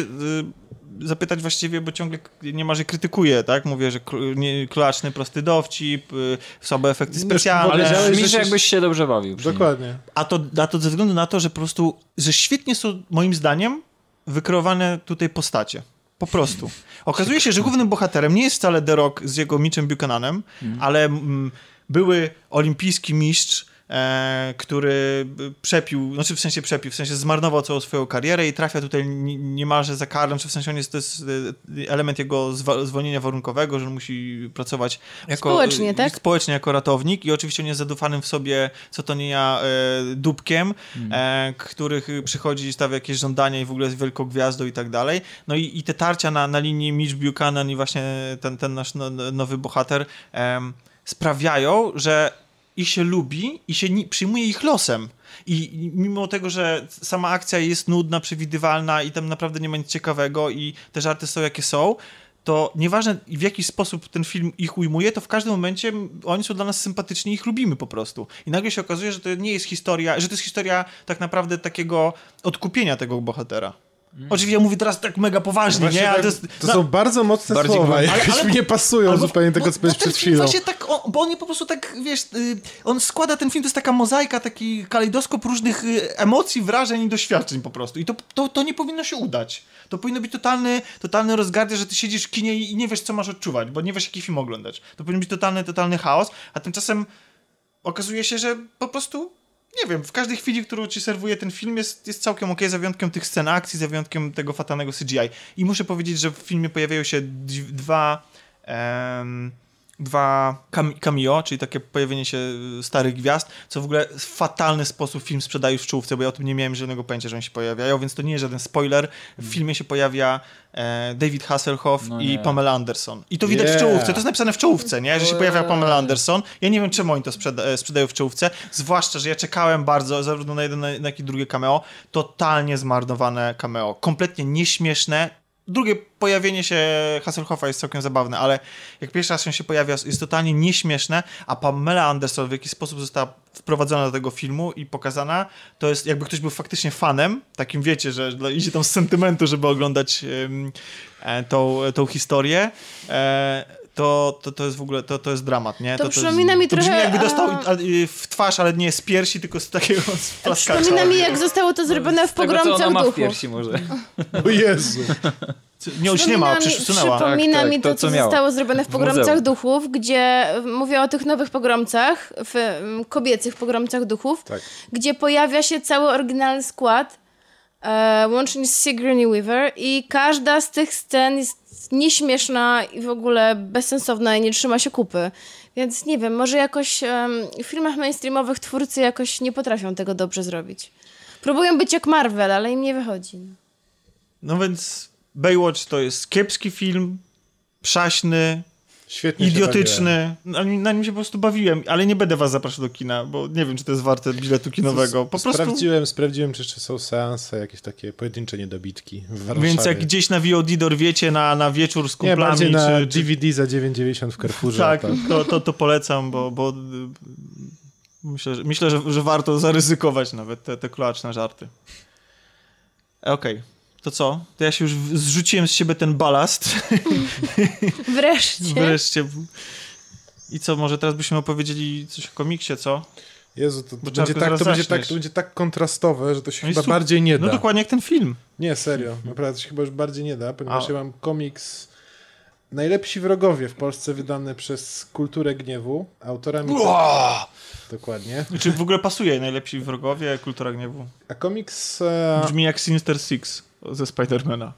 y, zapytać właściwie, bo ciągle k- niemalże krytykuję, tak? Mówię, że kl- nie, klaczny, prosty dowcip, y, słabe efekty Już specjalne. powiedziałeś, Ale że brzmi, że się- jakbyś się dobrze bawił. przy nim. Dokładnie. A to, a to ze względu na to, że po prostu, że świetnie są, moim zdaniem, wykreowane tutaj postacie. Po prostu. Okazuje się, że głównym bohaterem nie jest wcale The Rock z jego Mitchem Buchananem, ale mm, były olimpijski mistrz, e, który przepił, znaczy w sensie przepił, w sensie zmarnował całą swoją karierę i trafia tutaj ni- niemalże za karę, czy w sensie on jest, to jest e, element jego zwa- zwolnienia warunkowego, że on musi pracować jako, Społecznie, tak? społecznie jako ratownik i oczywiście on jest zadufanym w sobie, co to nie ja, e, dupkiem, e, których przychodzi, stawia jakieś żądania i w ogóle jest wielką gwiazdą i tak dalej. No i, i te tarcia na, na linii Mitch Buchanan i właśnie ten, ten nasz no, nowy bohater em, sprawiają, że ich się lubi i się ni- przyjmuje ich losem. I i mimo tego, że sama akcja jest nudna, przewidywalna i tam naprawdę nie ma nic ciekawego i te żarty są jakie są, to nieważne w jaki sposób ten film ich ujmuje, to w każdym momencie oni są dla nas sympatyczni i ich lubimy po prostu. I nagle się okazuje, że to nie jest historia, że to jest historia tak naprawdę takiego odkupienia tego bohatera. Oczywiście ja mówię teraz tak mega poważnie, Właśnie nie? Ale tak, to jest, to na- są bardzo mocne Bardziej słowa, głęboko. jakieś Ale- ale- mi nie pasują Albo- zupełnie tego, bo- co bo powiedziałeś ten przed film chwilą. Właśnie tak, on, bo on po prostu tak, wiesz, y, on składa ten film, to jest taka mozaika, taki kalejdoskop różnych y, emocji, wrażeń i doświadczeń po prostu. I to, to, to nie powinno się udać. To powinno być totalny, totalny rozgardia, że ty siedzisz w kinie i, i nie wiesz, co masz odczuwać, bo nie wiesz, jaki film oglądać. To powinien być totalny, totalny chaos, a tymczasem okazuje się, że po prostu nie wiem, w każdej chwili, którą ci serwuje ten film jest, jest całkiem okej, za wyjątkiem tych scen akcji, za wyjątkiem tego fatalnego C G I. I muszę powiedzieć, że w filmie pojawiają się d- dwa em, dwa cam- cameo, czyli takie pojawienie się starych gwiazd, co w ogóle w fatalny sposób film sprzedaje już w czołówce, bo ja o tym nie miałem żadnego pojęcia, że oni się pojawiają, więc to nie jest żaden spoiler. W filmie się pojawia e, David Hasselhoff No i nie. Pamela Anderson. I to widać Yeah. w czołówce, to jest napisane w czołówce, nie? Że się pojawia Pamela Anderson. Ja nie wiem, czemu oni to sprzeda- e, sprzedają w czołówce, zwłaszcza, że ja czekałem bardzo, zarówno na jeden, na, na jak i drugie cameo, totalnie zmarnowane cameo, kompletnie nieśmieszne. Drugie pojawienie się Hasselhoffa jest całkiem zabawne, ale jak pierwszy raz on się pojawia, jest totalnie nieśmieszne, a Pamela Anderson w jakiś sposób została wprowadzona do tego filmu i pokazana, to jest jakby ktoś był faktycznie fanem, takim wiecie, że idzie tam z sentymentu, żeby oglądać um, e, tą, tą historię, e, to, to, to jest w ogóle, to, to jest dramat, nie? To to, przypomina jest, mi to brzmi trochę, jakby dostał a- a, y, w twarz, ale nie z piersi, tylko z takiego z plaskacza. Przypomina mi, jak zostało to zrobione w Z tego, co ona Pogromcach ma w duchów. piersi może. O Jezu. Nie, już nie ma, Przypomina mi- przecież usunęła. Przypomina Tak, tak, mi to, to, co co miała. zostało zrobione w W Pogromcach muzeum. Duchów, gdzie mówię o tych nowych pogromcach, w mm, kobiecych Pogromcach Duchów, Tak. gdzie pojawia się cały oryginalny skład, e, łącznie z Sigourney Weaver i każda z tych scen jest nieśmieszna i w ogóle bezsensowna i nie trzyma się kupy. Więc nie wiem, może jakoś em, w filmach mainstreamowych twórcy jakoś nie potrafią tego dobrze zrobić. Próbują być jak Marvel, ale im nie wychodzi. No więc Baywatch to jest kiepski film, przaśny, Świetnie się bawiłem. idiotyczny. Na nim, na nim się po prostu bawiłem, ale nie będę was zapraszał do kina, bo nie wiem, czy to jest warte biletu kinowego. Po prostu... Sprawdziłem, sprawdziłem, czy jeszcze są seanse, jakieś takie pojedyncze niedobitki w Warszawie. Więc jak gdzieś na V O D dorwiecie na, na wieczór z Nie, kumplami, bardziej na czy, czy... D V D za dziewięć dziewięćdziesiąt w Carrefourze. Tak, to- to, to, to polecam, bo, bo y, myślę, że, myślę że, że warto zaryzykować nawet te, te kloaczne żarty. Okej, to co? To ja się już w- zrzuciłem z siebie ten balast. Wreszcie. Wreszcie. I co, może teraz byśmy opowiedzieli coś o komiksie, co? Jezu, to, to, Bo będzie, Czarku, tak, zaraz to, będzie tak, zaczniesz. to będzie tak kontrastowe, że to się No i chyba su- bardziej nie da. No dokładnie jak ten film. Nie, serio. Naprawdę to się chyba już bardziej nie da, ponieważ A- ja mam komiks Najlepsi wrogowie w Polsce wydany przez Kulturę Gniewu. Autorami... Dokładnie. Czy w ogóle pasuje Najlepsi wrogowie, Kultura Gniewu? A komiks... E... Brzmi jak Sinister Six ze Spidermana.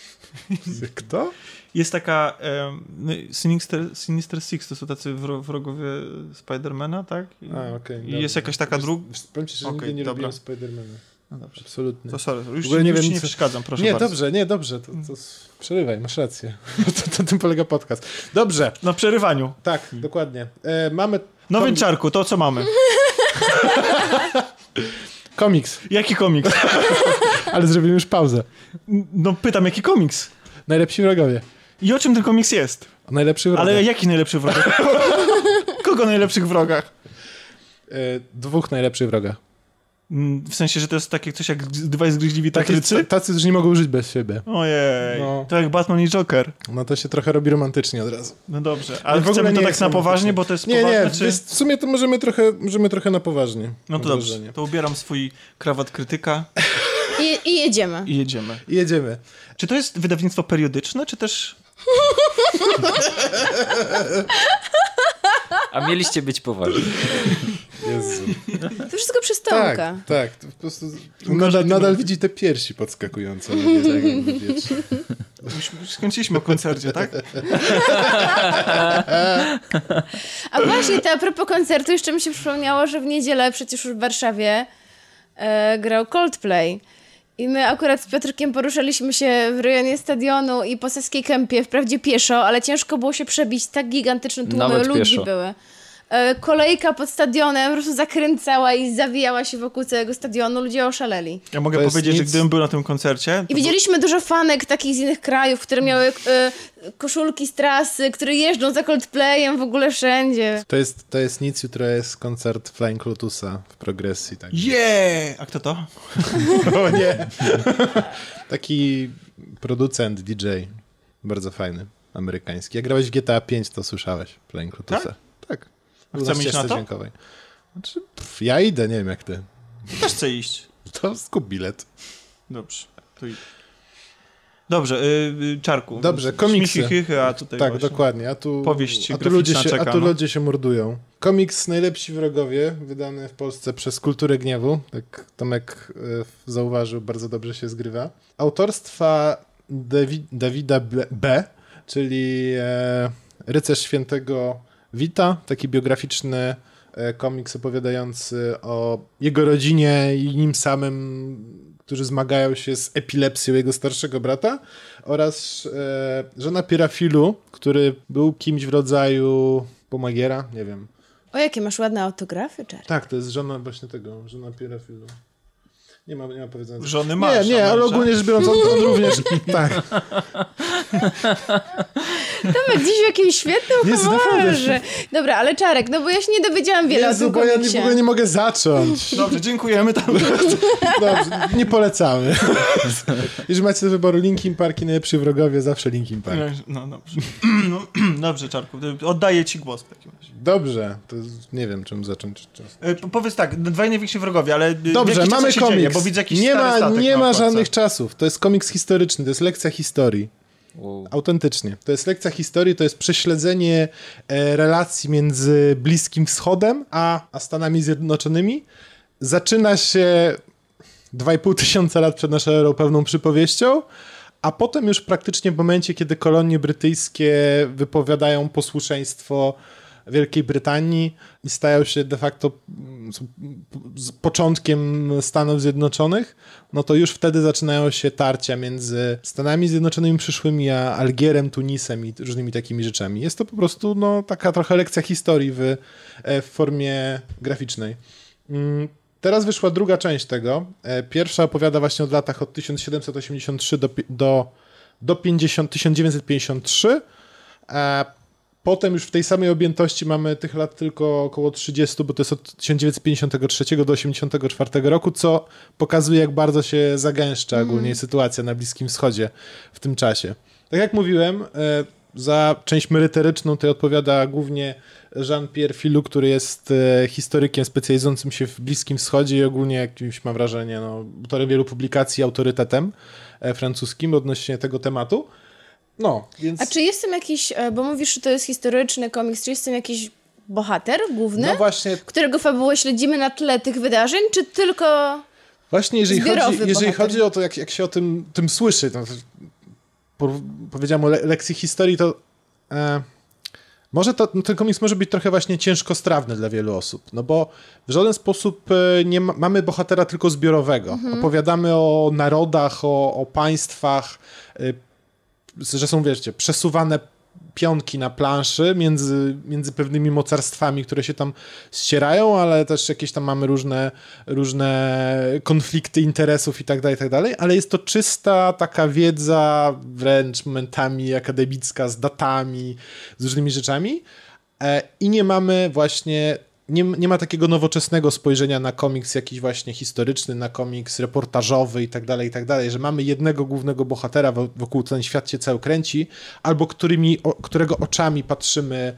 Kto? Jest taka em, no, Sinister, Sinister Six, to są tacy wro- wrogowie Spidermana, tak? I, A, okej. I jest jakaś taka druga... Powiem ci, że Okej, nigdy nie dobra. robiłem Spidermana. No dobrze. Absolutnie. To sorry, już, W ogóle nie już wiem, nie co- przeszkadzam, proszę Nie, bardzo. dobrze, nie, dobrze. To, to przerywaj, masz rację. to, to tym polega podcast. Dobrze, Na przerywaniu. tak, dokładnie. E, mamy No komi- więc Czarku, to co mamy? komiks, Jaki komiks? ale zrobimy już pauzę. No pytam, jaki komiks? Najlepsi wrogowie. I o czym ten komiks jest? O najlepszych wrogach. Ale jaki najlepszy wróg? Kogo najlepszych wrogach? E, dwóch najlepszych wrogach. Mm, W sensie, że to jest takie coś jak dwaj zgryźliwi Tacy, tatrycy? tacy, którzy nie mogą żyć bez siebie. Ojej, No. to jak Batman i Joker. No to się trochę robi romantycznie od razu. No dobrze, Ale ale w ogóle chcemy to nie tak jest na romantycznie. poważnie, bo to jest Nie, poważne, nie, czy... jest, w sumie to możemy trochę, możemy trochę na poważnie. No mam to dobrze, wrażenie. to ubieram swój krawat krytyka I, I jedziemy. i jedziemy. I jedziemy. Czy to jest wydawnictwo periodyczne, czy też... A mieliście być poważni. Jezu. To wszystko przez Tomka. Tak, tak. To po prostu nadal, nadal widzi te piersi podskakujące. No, nie, tak jakby, wiecie. Już, już skończyliśmy o koncercie, tak? A właśnie, to a propos koncertu, jeszcze mi się przypomniało, że w niedzielę przecież już w Warszawie e, grał Coldplay. I my akurat z Piotrkiem poruszaliśmy się w rejonie stadionu i po Saskiej Kępie, wprawdzie pieszo, ale ciężko było się przebić, tak gigantyczne tłumy Nawet ludzi pieszo. były. E, kolejka pod stadionem po prostu zakręcała i zawijała się wokół całego stadionu, ludzie oszaleli. Ja mogę To jest powiedzieć, że nic- gdybym był na tym koncercie... I to widzieliśmy dużo fanek takich z innych krajów, które miały e, koszulki z trasy, które jeżdżą za Coldplayem w ogóle wszędzie. To jest, to jest nic, jutro jest koncert Flying Lotusa w progresji. Tak. Yeah! A kto to? O nie! Taki producent, D J. Bardzo fajny, amerykański. Jak grałeś w G T A pięć, to słyszałeś Flying Lotusa. Tak. tak. A Był chcemy iść na ścieżce to? dźwiękowej. Znaczy, pff, ja idę, nie wiem jak ty. Też chcę iść. To skup bilet. Dobrze, to idę. Dobrze, y, y, Czarku. Dobrze, komiksy. Śmichy, chychy, a tutaj Tak, właśnie. dokładnie. A tu, Powieść a tu, ludzie graficzna się, czeka, a tu no. ludzie się mordują. Komiks Najlepsi Wrogowie, wydany w Polsce przez Kulturę Gniewu. Tak Tomek e, zauważył, bardzo dobrze się zgrywa. Autorstwa Dawi- Dawida B, B czyli e, rycerz świętego Vita, taki biograficzny komiks opowiadający o jego rodzinie i nim samym, którzy zmagają się z epilepsją jego starszego brata, oraz e, żona Pirafilu, który był kimś w rodzaju pomagiera, nie wiem. O, jakie masz ładne autografy, Czarek. Tak, to jest żona właśnie tego, żona Pirafilu. Nie ma, nie ma powiedzenia. Żony masz. Nie, nie, ale ogólnie rzecz biorąc, on, on również, tak. Tomek dziś w jakimś świetnym Jezu, humorze. Dobra, ale Czarek, no bo ja się nie dowiedziałam wiele Jezu, o tym bo ja nie, komiksie. w ogóle nie mogę zacząć. Dobrze, dziękujemy. Tam. Dobrze, nie polecamy. Jeżeli macie do wyboru Linkin Park i najlepsi wrogowie, zawsze Linkin Park. No dobrze. No, dobrze, Czarku, oddaję ci głos w takim razie. Dobrze, to nie wiem, czym zacząć. E, powiedz tak, dwaj najwięksi wrogowie, ale Dobrze, mamy się komiks. Dzieje, bo widzę jakiś nie stary ma, statek nie na ma okładce. żadnych czasów. To jest komiks historyczny, to jest lekcja historii. Wow. Autentycznie. To jest lekcja historii, to jest prześledzenie e, relacji między Bliskim Wschodem a, a Stanami Zjednoczonymi. Zaczyna się dwa i pół tysiąca lat przed naszą erą pewną przypowieścią, a potem już praktycznie w momencie, kiedy kolonie brytyjskie wypowiadają posłuszeństwo Wielkiej Brytanii i stają się de facto z początkiem Stanów Zjednoczonych, no to już wtedy zaczynają się tarcia między Stanami Zjednoczonymi przyszłymi, a Algierem, Tunisem i różnymi takimi rzeczami. Jest to po prostu no, taka trochę lekcja historii w, w formie graficznej. Teraz wyszła druga część tego. Pierwsza opowiada właśnie o latach od tysiąc siedemset osiemdziesiąt trzy do, do, do tysiąc dziewięćset pięćdziesiąt trzy. Potem już w tej samej objętości mamy tych lat tylko około trzydzieści, bo to jest od tysiąc dziewięćset pięćdziesiątego trzeciego do osiemdziesiątego czwartego roku, co pokazuje, jak bardzo się zagęszcza ogólnie mm. sytuacja na Bliskim Wschodzie w tym czasie. Tak jak mówiłem, za część merytoryczną tutaj odpowiada głównie Jean-Pierre Filou, który jest historykiem specjalizującym się w Bliskim Wschodzie i ogólnie jakimś, mam wrażenie, no, autorem wielu publikacji, autorytetem francuskim odnośnie tego tematu. No, więc... A czy jest tam jakiś, bo mówisz, że to jest historyczny komiks, czy jest tam jakiś bohater główny, no właśnie... którego fabułę śledzimy na tle tych wydarzeń, czy tylko Właśnie jeżeli, chodzi, jeżeli bohater? chodzi o to, jak, jak się o tym, tym słyszy, to, po, powiedziałem o le, lekcji historii, to e, może to, no, ten komiks może być trochę właśnie ciężkostrawny dla wielu osób, no bo w żaden sposób e, nie ma, mamy bohatera tylko zbiorowego. Mhm. Opowiadamy o narodach, o, o państwach, e, że są, wiecie, przesuwane pionki na planszy między, między pewnymi mocarstwami, które się tam ścierają, ale też jakieś tam mamy różne, różne konflikty interesów i tak dalej, i tak dalej, ale jest to czysta taka wiedza, wręcz momentami akademicka, z datami, z różnymi rzeczami i nie mamy właśnie Nie, nie ma takiego nowoczesnego spojrzenia na komiks jakiś właśnie historyczny, na komiks reportażowy i tak dalej, i tak dalej, że mamy jednego głównego bohatera, wokół ten świat się cały kręci, albo którymi, o, którego oczami patrzymy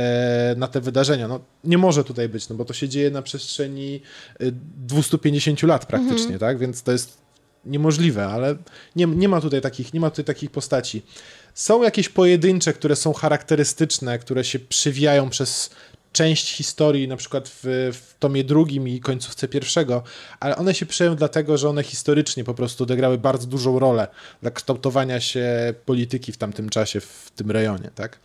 e, na te wydarzenia. No, nie może tutaj być, no bo to się dzieje na przestrzeni dwieście pięćdziesiąt lat praktycznie, mhm. tak? Więc to jest niemożliwe, ale nie, nie ma tutaj takich, nie ma tutaj takich postaci. Są jakieś pojedyncze, które są charakterystyczne, które się przywijają przez część historii, na przykład w, w tomie drugim i końcówce pierwszego, ale one się przyjęły dlatego, że one historycznie po prostu odegrały bardzo dużą rolę dla kształtowania się polityki w tamtym czasie, w tym rejonie, tak?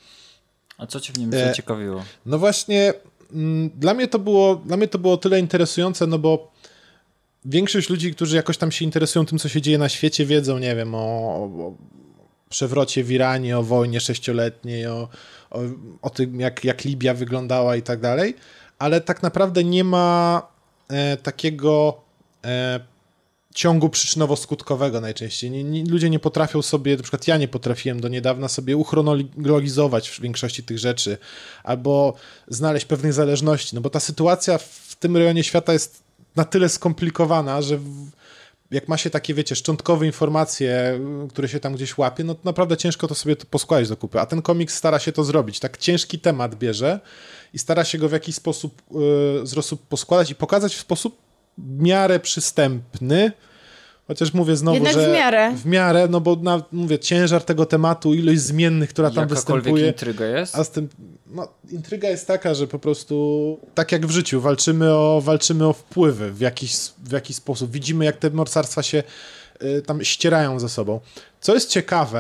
A co cię w nim e, zaciekawiło? No właśnie, m, dla mnie to było, dla mnie to było tyle interesujące, no bo większość ludzi, którzy jakoś tam się interesują tym, co się dzieje na świecie, wiedzą, nie wiem, o, o przewrocie w Iranie, o wojnie sześcioletniej, o, o, o tym, jak, jak Libia wyglądała i tak dalej, ale tak naprawdę nie ma e, takiego e, ciągu przyczynowo-skutkowego najczęściej. Nie, nie, ludzie nie potrafią sobie, na przykład ja nie potrafiłem do niedawna sobie uchronologizować w większości tych rzeczy, albo znaleźć pewnych zależności, no bo ta sytuacja w tym rejonie świata jest na tyle skomplikowana, że w, jak ma się takie, wiecie, szczątkowe informacje, które się tam gdzieś łapie, no to naprawdę ciężko to sobie to poskładać do kupy. A ten komiks stara się to zrobić. Tak ciężki temat bierze i stara się go w jakiś sposób, yy, sposób poskładać i pokazać w sposób w miarę przystępny. Chociaż mówię znowu, Jednak że w miarę. w miarę, no bo na, mówię, ciężar tego tematu, ilość zmiennych, która tam Jakakolwiek występuje. intryga jest? A z tym, no, intryga jest taka, że po prostu, tak jak w życiu, walczymy o, walczymy o wpływy w jakiś, w jakiś sposób. Widzimy, jak te mocarstwa się y, tam ścierają ze sobą. Co jest ciekawe,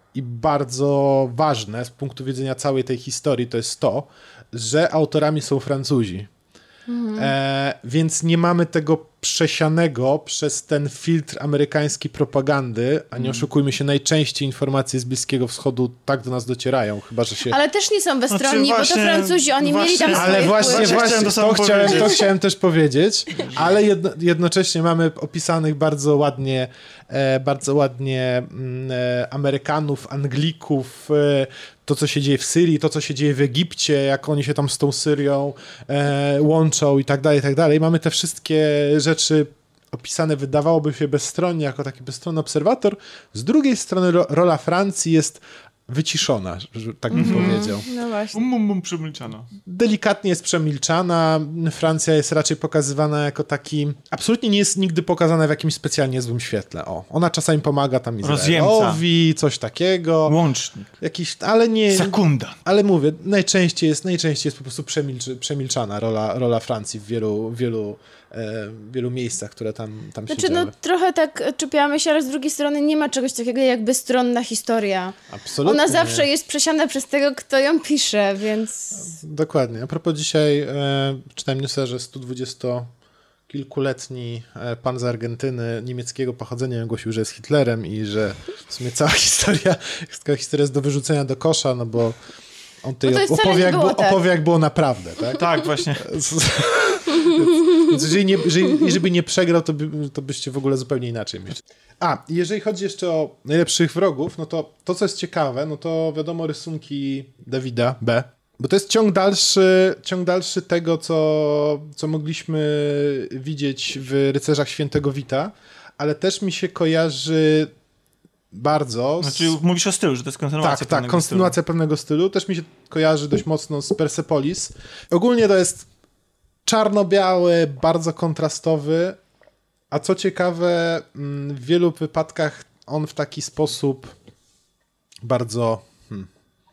i bardzo ważne z punktu widzenia całej tej historii to jest to, że autorami są Francuzi. Mhm. E, więc nie mamy tego przesianego przez ten filtr amerykańskiej propagandy, a nie mm. oszukujmy się, najczęściej informacje z Bliskiego Wschodu tak do nas docierają, chyba że się... Ale też nie są bezstronni, znaczy, właśnie, bo to Francuzi, oni właśnie, mieli tam swoje Ale właśnie, wpływy. właśnie, chciałem to, to, chciałem, powiedzieć. to chciałem też powiedzieć, ale jedno, jednocześnie mamy opisanych bardzo ładnie e, bardzo ładnie mm, e, Amerykanów, Anglików, e, to, co się dzieje w Syrii, to, co się dzieje w Egipcie, jak oni się tam z tą Syrią e, łączą i tak dalej, i tak dalej. Mamy te wszystkie rzeczy opisane, wydawałoby się bezstronnie, jako taki bezstronny obserwator. Z drugiej strony ro, rola Francji jest wyciszona, że tak bym mm-hmm. powiedział. No właśnie. Um, um, um, przemilczana. Delikatnie jest przemilczana. Francja jest raczej pokazywana jako taki... Absolutnie nie jest nigdy pokazana w jakimś specjalnie złym świetle. O, ona czasami pomaga tam Izraelowi, coś takiego. Łącznik. Jakiś, ale nie... Sekunda. Ale mówię, najczęściej jest, najczęściej jest po prostu przemilczy, przemilczana rola, rola Francji w wielu, wielu, e, wielu miejscach, które tam, tam się Znaczy, działy. no trochę tak czepiamy się, ale z drugiej strony nie ma czegoś takiego jak bezstronna historia. Absolutnie. Ona zawsze nie. jest przesiana przez tego, kto ją pisze, więc... Dokładnie. A propos dzisiaj e, czytałem newsa, że sto dwudziestokilkuletni e, pan z Argentyny niemieckiego pochodzenia ogłosił, że jest Hitlerem i że w sumie cała historia, cała historia jest do wyrzucenia do kosza, no bo on tutaj no opowie, jak było, było, tak. opowie, jak było naprawdę, tak? Tak, właśnie. Więc jeżeli, nie, jeżeli, jeżeli by nie przegrał, to, by, to byście w ogóle zupełnie inaczej myśleli. A, jeżeli chodzi jeszcze o najlepszych wrogów, no to to, co jest ciekawe, no to wiadomo rysunki Dawida B., bo to jest ciąg dalszy, ciąg dalszy tego, co, co mogliśmy widzieć w Rycerzach Świętego Wita, ale też mi się kojarzy bardzo... Z... Znaczy mówisz o stylu, że to jest kontynuacja Tak, pewnego tak, kontynuacja stylu. pewnego stylu. Też mi się kojarzy dość mocno z Persepolis. Ogólnie to jest czarno-biały, bardzo kontrastowy, a co ciekawe, w wielu wypadkach on w taki sposób bardzo... Hmm,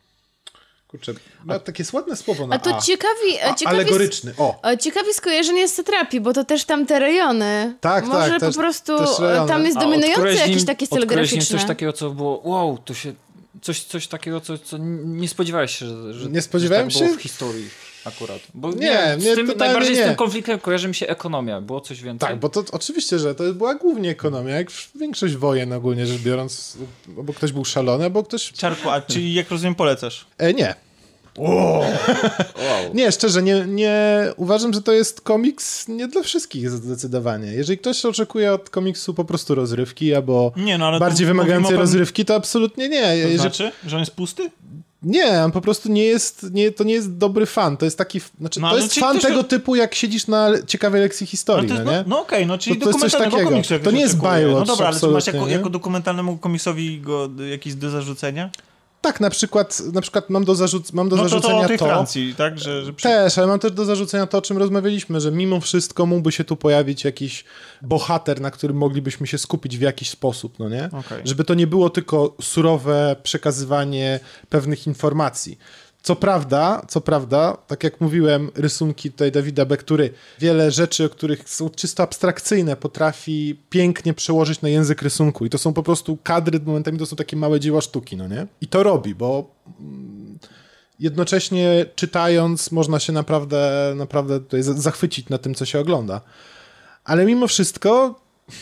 kurczę, ma takie ładne słowo na A to A. ciekawi... A, ciekawi alegoryczny, o. Ciekawi skojarzenie z Satrapii, bo to też tam te rejony. Tak, Może tak, po też- prostu też rejony. tam jest A dominujący odkryłeś jakiś nim- taki styl odkryłeś nim graficzny. coś takiego, co było wow, to się... Coś, coś takiego, co, co nie spodziewałeś się, że, że Nie spodziewałem że tak się? było w historii akurat. Bo Nie, nie, nie, z tym, totalnie najbardziej nie. z tym konfliktem kojarzy mi się ekonomia. Było coś więcej? Tak, bo to oczywiście, że to była głównie ekonomia, jak większość wojen ogólnie rzecz biorąc, bo ktoś był szalony, albo ktoś... Czarku, a czyli jak rozumiem polecasz? E, nie. Wow. Nie, szczerze, nie, nie uważam, że to jest komiks nie dla wszystkich zdecydowanie. Jeżeli ktoś oczekuje od komiksu po prostu rozrywki, albo Nie, no, ale bardziej tu wymagającej mówimy o pewnym- rozrywki, to absolutnie nie. To Jeżeli... znaczy, że on jest pusty? Nie, on po prostu nie jest, nie, to nie jest dobry fan. To jest taki, znaczy, No, to ale jest czy fan ktoś tego to- typu, jak siedzisz na ciekawej lekcji No, historii, to no, jest, nie? no, no okej, no czyli To- to jest coś dokumentalnego takiego. komiksu. jak To nie jest oczekuję. Baywatch, No dobra, ale czy masz absolutnie, jako, nie? jako dokumentalnemu komiksowi go jakieś do zarzucenia? Tak, na przykład, na przykład mam do, zarzuc- mam do No to, to zarzucenia o tej to... Francji, tak? Że, że przy... Też, ale mam też do zarzucenia to, o czym rozmawialiśmy, że mimo wszystko mógłby się tu pojawić jakiś bohater, na którym moglibyśmy się skupić w jakiś sposób, no nie? Okej. Żeby to nie było tylko surowe przekazywanie pewnych informacji. Co prawda, co prawda, tak jak mówiłem, rysunki tutaj Dawida B., który wiele rzeczy, o których są czysto abstrakcyjne, potrafi pięknie przełożyć na język rysunku i to są po prostu kadry, momentami to są takie małe dzieła sztuki, no nie? I to robi, bo mm, jednocześnie czytając można się naprawdę, naprawdę tutaj za- zachwycić na tym, co się ogląda. Ale mimo wszystko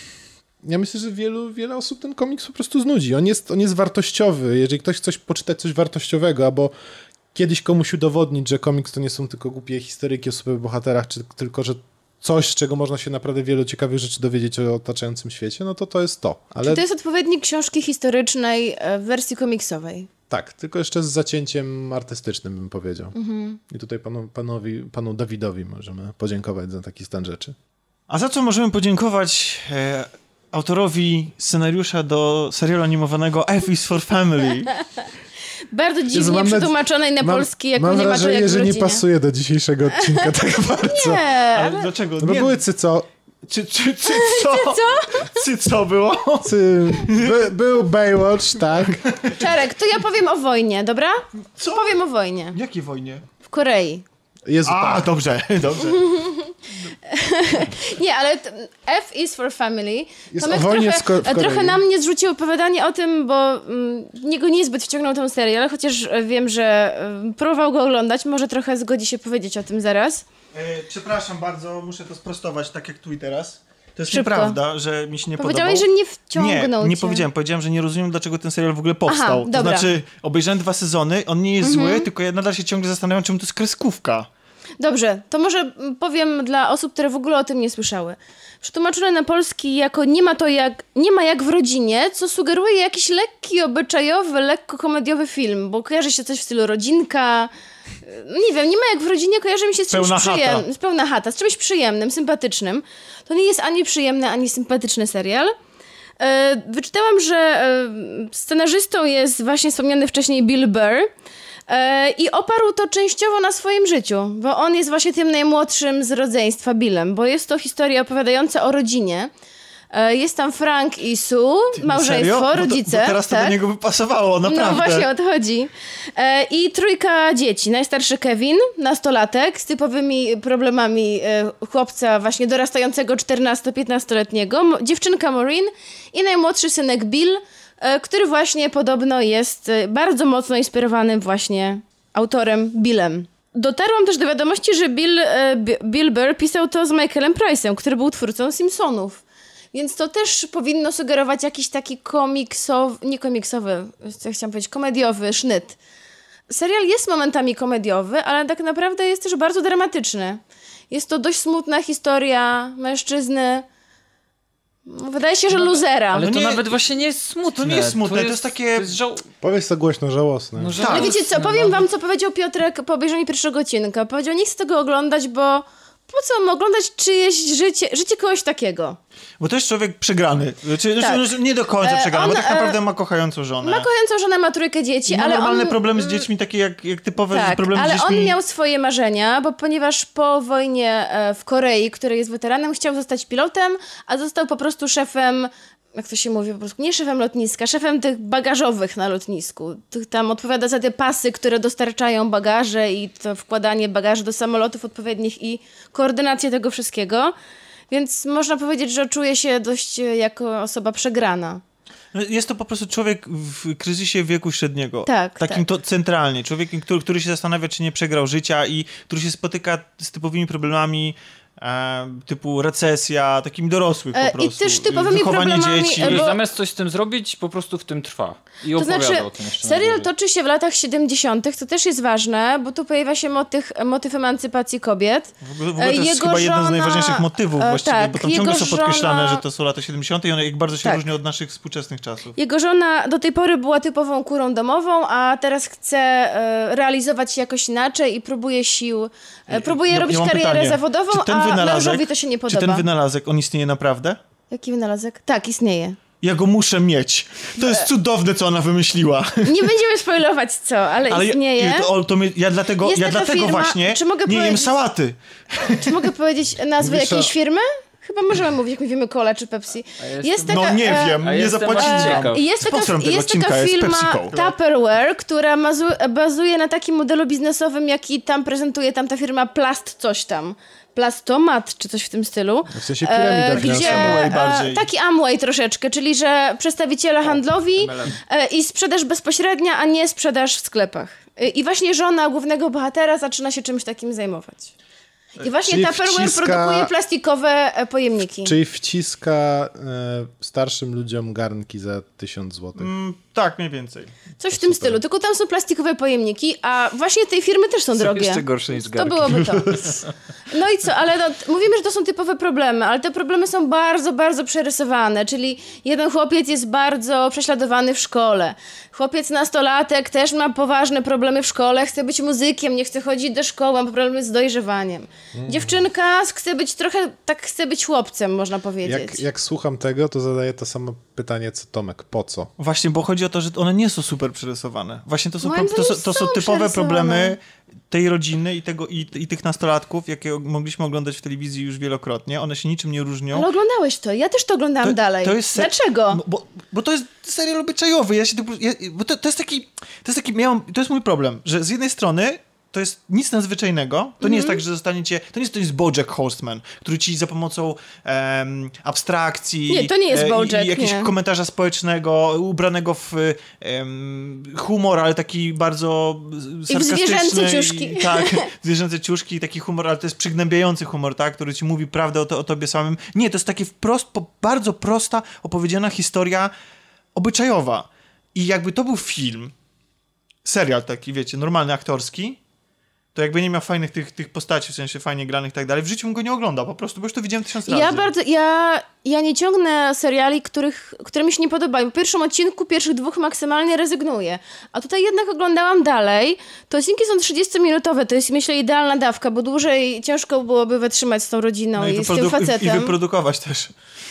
ja myślę, że wielu, wiele osób ten komiks po prostu znudzi. On jest, on jest wartościowy. Jeżeli ktoś chce poczytać coś wartościowego, albo kiedyś komuś udowodnić, że komiks to nie są tylko głupie historyjki o superbohaterach, czy tylko, że coś, z czego można się naprawdę wielu ciekawych rzeczy dowiedzieć o otaczającym świecie, no to to jest to. Ale Czy to jest odpowiednik książki historycznej w wersji komiksowej? tak, tylko jeszcze z zacięciem artystycznym, bym powiedział. Mhm. I tutaj panu, panowi, panu Dawidowi możemy podziękować za taki stan rzeczy. A za co możemy podziękować e, autorowi scenariusza do serialu animowanego F is for Family? Bardzo dziwnie Jezu, mam przetłumaczonej na mam, polski, jako mam nie ma to wrażenie, jak w że nie rodzinie. pasuje do dzisiejszego odcinka tak bardzo. Nie, Ale ale... dlaczego? No bo Nie, były cyco... Czy, czy, czy co? Czy co było? Cy, by, był Baywatch, tak. Czarek, to ja powiem o wojnie, dobra? Co? Powiem o wojnie. Jakiej wojnie? W Korei. Jezu, A, tak. dobrze, dobrze. Nie, ale t- F is for family. Jest Tomek o wojnie trochę, w Ko- w Korei. trochę na mnie zrzucił opowiadanie o tym, bo mm, niego niezbyt wciągnął ten serial, chociaż wiem, że y, próbował go oglądać. Może trochę zgodzi się powiedzieć o tym zaraz. E, przepraszam bardzo, muszę to sprostować, tak jak tu i teraz. To jest Szybko. nieprawda, że mi się nie Powiedziałeś, podobał. że nie wciągnął Nie, nie cię. powiedziałem. Powiedziałem, że nie rozumiem, dlaczego ten serial w ogóle powstał. Aha, to dobra. znaczy, obejrzałem dwa sezony, on nie jest Mhm. zły, tylko ja nadal się ciągle zastanawiam, czemu to jest kreskówka. Dobrze, to może mm, powiem dla osób, które w ogóle o tym nie słyszały. Przetłumaczone na polski jako nie ma to jak, nie ma jak w rodzinie, co sugeruje jakiś lekki, obyczajowy, lekko komediowy film, bo kojarzy się coś w stylu rodzinka. No nie wiem, nie ma jak w rodzinie, kojarzy mi się z czymś Pełna chata. przyjemnym. Z pełna chata, z czymś przyjemnym, sympatycznym. To nie jest ani przyjemny, ani sympatyczny serial. E, wyczytałam, że e, scenarzystą jest właśnie wspomniany wcześniej Bill Burr. E, I oparł to częściowo na swoim życiu, bo on jest właśnie tym najmłodszym z rodzeństwa Billem, bo jest to historia opowiadająca o rodzinie. E, jest tam Frank i Sue, małżeństwo, Serio? rodzice. Bo to, bo teraz to tak? do niego by pasowało, naprawdę. No właśnie o to chodzi. E, I trójka dzieci. Najstarszy Kevin, nastolatek, z typowymi problemami e, chłopca właśnie dorastającego czternasto-piętnastoletniego, mo- dziewczynka Maureen i najmłodszy synek Bill, e, który właśnie podobno jest e, bardzo mocno inspirowanym właśnie autorem Billem. Dotarłam też do wiadomości, że Bill, e, B- Bill Burr pisał to z Michaelem Price'em, który był twórcą Simpsonów. Więc to też powinno sugerować jakiś taki komiksowy, nie komiksowy, co chciałam powiedzieć, komediowy sznyt. Serial jest momentami komediowy, ale tak naprawdę jest też bardzo dramatyczny. Jest to dość smutna historia mężczyzny, no, wydaje się, że luzera. Ale No to nie- nawet właśnie nie jest smutne. to nie jest smutne, to jest takie- To jest żał... Powiedz to głośno, żałosne. No, Tak. Ale żałosne, wiecie co, no. powiem wam, co powiedział Piotrek po obejrzeniu pierwszego odcinka. Powiedział, nie chcę tego oglądać, bo po co mam oglądać czyjeś życie, życie kogoś takiego? Bo to jest człowiek przegrany. Znaczy, Tak. znaczy, nie do końca E, przegrany, on, bo tak e, naprawdę ma kochającą żonę. Ma kochającą żonę, ma trójkę dzieci, I ma ale normalne on... problemy z dziećmi, takie jak, jak typowe Tak, problemy ale z dziećmi. on miał swoje marzenia, bo ponieważ po wojnie e, w Korei, który jest weteranem, chciał zostać pilotem, a został po prostu szefem, jak to się mówi po prostu, nie szefem lotniska, szefem tych bagażowych na lotnisku. Tych tam odpowiada za te pasy, które dostarczają bagaże i to wkładanie bagaży do samolotów odpowiednich i koordynację tego wszystkiego. Więc można powiedzieć, że czuje się dość e, jako osoba przegrana. No, jest to po prostu człowiek w kryzysie wieku średniego. Tak, Takim tak. to centralnie. Człowiek, który, który się zastanawia, czy nie przegrał życia i który się spotyka z typowymi problemami e, typu recesja, takim dorosłych E, po i prostu. też typowymi Wychowanie problemami, dzieci. e, I bo- zamiast coś z tym zrobić, po prostu w tym trwa. I To opowiada znaczy, o tym jeszcze. serial najdłużej. toczy się w latach siedemdziesiątych, co też jest ważne, bo tu pojawia się motyw, motyw emancypacji kobiet. W ogóle, w ogóle to jest Jego chyba jeden z żona- najważniejszych motywów e, właściwie, tak, bo tam ciągle jego są podkreślane, żona- że to są lata siedemdziesiąte i one jak bardzo się Tak. różnią od naszych współczesnych czasów. Jego żona do tej pory była typową kurą domową, a teraz chce e, realizować się jakoś inaczej i próbuje sił, e, próbuje Ja- robić ja mam karierę pytanie. zawodową, Czy ten a wynalazek- mężowi to się nie Czy podoba. ten wynalazek, on istnieje naprawdę? Jaki wynalazek? Tak, istnieje. Ja go muszę mieć. To jest cudowne, co ona wymyśliła. Nie będziemy spoilować co, ale, Ale istnieje. ja, to, o, to mnie, ja dlatego, Jest ja taka dlatego firma- właśnie czy mogę nie jem powiedzieć- sałaty. Czy mogę powiedzieć nazwę Mówisz jakiejś o- firmy? Chyba możemy mówić, jak mówimy Cola czy Pepsi. A jestem- Jest taka, No nie e, wiem, a nie jestem zapłacili bardzo nam. ciekaw. I Jest taka, Sponsorem tego jest odcinka taka jest firma PepsiCo. Tupperware, która mazu- bazuje na takim modelu biznesowym, jaki tam prezentuje tam ta firma Plast coś tam. Plastomat, czy coś w tym stylu. W sensie piramida E, finansowa. gdzie, Amway e, bardziej. taki Amway troszeczkę, czyli że przedstawiciele handlowi M L M. e, i sprzedaż bezpośrednia, a nie sprzedaż w sklepach. E, I właśnie żona głównego bohatera zaczyna się czymś takim zajmować. I właśnie Czyli Tupperware wciska- produkuje plastikowe e, pojemniki. Czyli wciska e, starszym ludziom garnki za tysiąc złotych. Mm, tak, mniej więcej. Coś w tym stylu, tylko tam są plastikowe pojemniki, a właśnie tej firmy też są drogie. Jeszcze gorsze niż To garki. byłoby to. No i co, ale no, mówimy, że to są typowe problemy, ale te problemy są bardzo, bardzo przerysowane, czyli jeden chłopiec jest bardzo prześladowany w szkole. Chłopiec nastolatek też ma poważne problemy w szkole, chce być muzykiem, nie chce chodzić do szkoły, ma problemy z dojrzewaniem. Dziewczynka chce być trochę, tak chce być chłopcem, można powiedzieć. Jak, jak słucham tego, to zadaję to samo pytanie co Tomek. Po co? Właśnie, bo chodzi o to, że one nie są super przerysowane. Właśnie to są, Moim pro, to, są, zdaniem to są są typowe przerysowane. problemy tej rodziny i, tego, i, i tych nastolatków, jakie mogliśmy oglądać w telewizji już wielokrotnie. One się niczym nie różnią. Ale oglądałeś to, ja też to oglądałam dalej. To jest se- Dlaczego? Bo, bo, bo to jest serial obyczajowy. Ja się, typu- ja, bo to, to jest taki, to jest taki miałam, to jest mój problem, że z jednej strony to jest nic nadzwyczajnego. To nie jest tak, że zostaniecie... To nie jest, to jest BoJack Horseman, który ci za pomocą em, abstrakcji... Nie, to nie jest e, BoJack, i jakiegoś nie. komentarza społecznego, ubranego w em, humor, ale taki bardzo sarkastyczny. I w zwierzęce ciuszki. I, tak, zwierzęce ciuszki, taki humor, ale to jest przygnębiający humor, tak, który ci mówi prawdę o, to, o tobie samym. Nie, to jest takie wprost, po, bardzo prosta, opowiedziana historia obyczajowa. I jakby to był film, serial taki, wiecie, normalny, aktorski, to jakby nie miał fajnych tych, tych postaci, w sensie fajnie granych i tak dalej, w życiu bym go nie oglądał, po prostu, bo już to widziałem tysiąc razy. Ja bardzo, ja, ja nie ciągnę seriali, których, które mi się nie podobają. Po pierwszym odcinku, pierwszych dwóch maksymalnie rezygnuję. A tutaj jednak oglądałam dalej. Te odcinki są trzydziestominutowe, to jest, myślę, idealna dawka, bo dłużej ciężko byłoby wytrzymać z tą rodziną No i, i, z tym wyprodu- facetem. i wyprodukować też.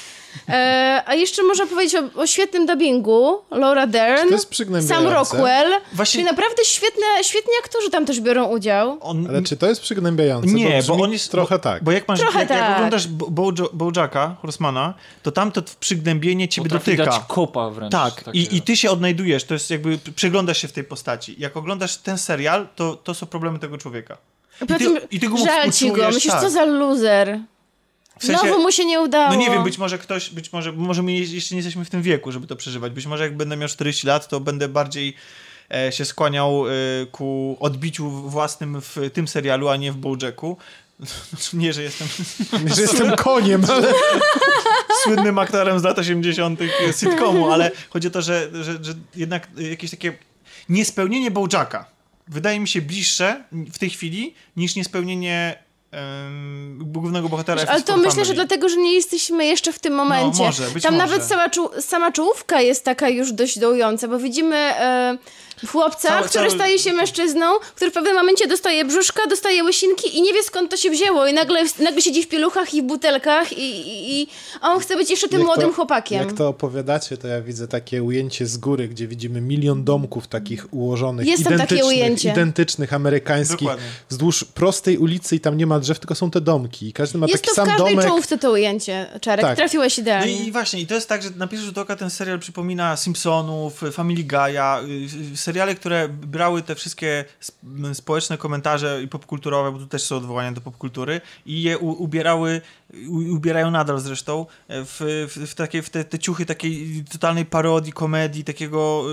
E, a jeszcze można powiedzieć o, o świetnym dubbingu. Laura Dern, To jest Sam przygnębiające. Rockwell. Właśnie- Czyli naprawdę świetne, świetni aktorzy tam też biorą udział. On, Ale czy to jest przygnębiające? Nie, bo, bo brzmi on jest... trochę bo, tak. Bo jak masz, Trochę jak, jak tak. oglądasz Bo- Bojo- Bojacka, Horsemana, to tam to przygnębienie ciebie Potrafi dotyka. dać kopa wręcz. Tak, takiego. i, i ty się odnajdujesz, to jest jakby, przyglądasz się w tej postaci. Jak oglądasz ten serial, to, to są problemy tego człowieka. I Poza ty, tym i ty go żal ci go, współczujesz, myślisz, tak. co za loser. W sensie- Znowu mu się nie udało. No nie wiem, być może ktoś, być może, może my jeszcze nie jesteśmy w tym wieku, żeby to przeżywać. Być może jak będę miał czterdzieści lat, to będę bardziej e, się skłaniał e, ku odbiciu własnym w tym serialu, a nie w Bojacku. Znaczy nie, że jestem Że jestem koniem, ale... słynnym aktorem z lat osiemdziesiątych sitcomu, ale chodzi o to, że, że, że jednak jakieś takie niespełnienie Bojacka wydaje mi się bliższe w tej chwili niż niespełnienie um, głównego bohatera. Ale to myślę, że dlatego, że nie jesteśmy jeszcze w tym momencie. No, może, być Tam może. nawet sama, czu- sama czołówka jest taka już dość dołująca, bo widzimy e, chłopca, Cały- który cały- staje się mężczyzną, który w pewnym momencie dostaje brzuszka, dostaje łysinki i nie wie, skąd to się wzięło. I nagle, nagle siedzi w pieluchach i w butelkach i, i, i a on chce być jeszcze tym Jak młodym to, chłopakiem. Jak to opowiadacie, to ja widzę takie ujęcie z góry, gdzie widzimy milion domków takich ułożonych, Jest tam takie identycznych, ujęcie. identycznych, amerykańskich, Dokładnie. wzdłuż prostej ulicy i tam nie ma drzew, tylko są te domki. I każdy ma Jest taki to w sam każdej domek. czołówce to ujęcie, Czarek. Tak. Trafiłeś No idealnie. i właśnie, i to jest tak, że na pierwszy rzut oka ten serial przypomina Simpsonów, Family Guy'a, y, seriale, które brały te wszystkie sp- społeczne komentarze i popkulturowe, bo tu też są odwołania do popkultury i je u, ubierały, u, ubierają nadal zresztą w, w, w, takie, w te, te ciuchy takiej totalnej parodii, komedii, takiego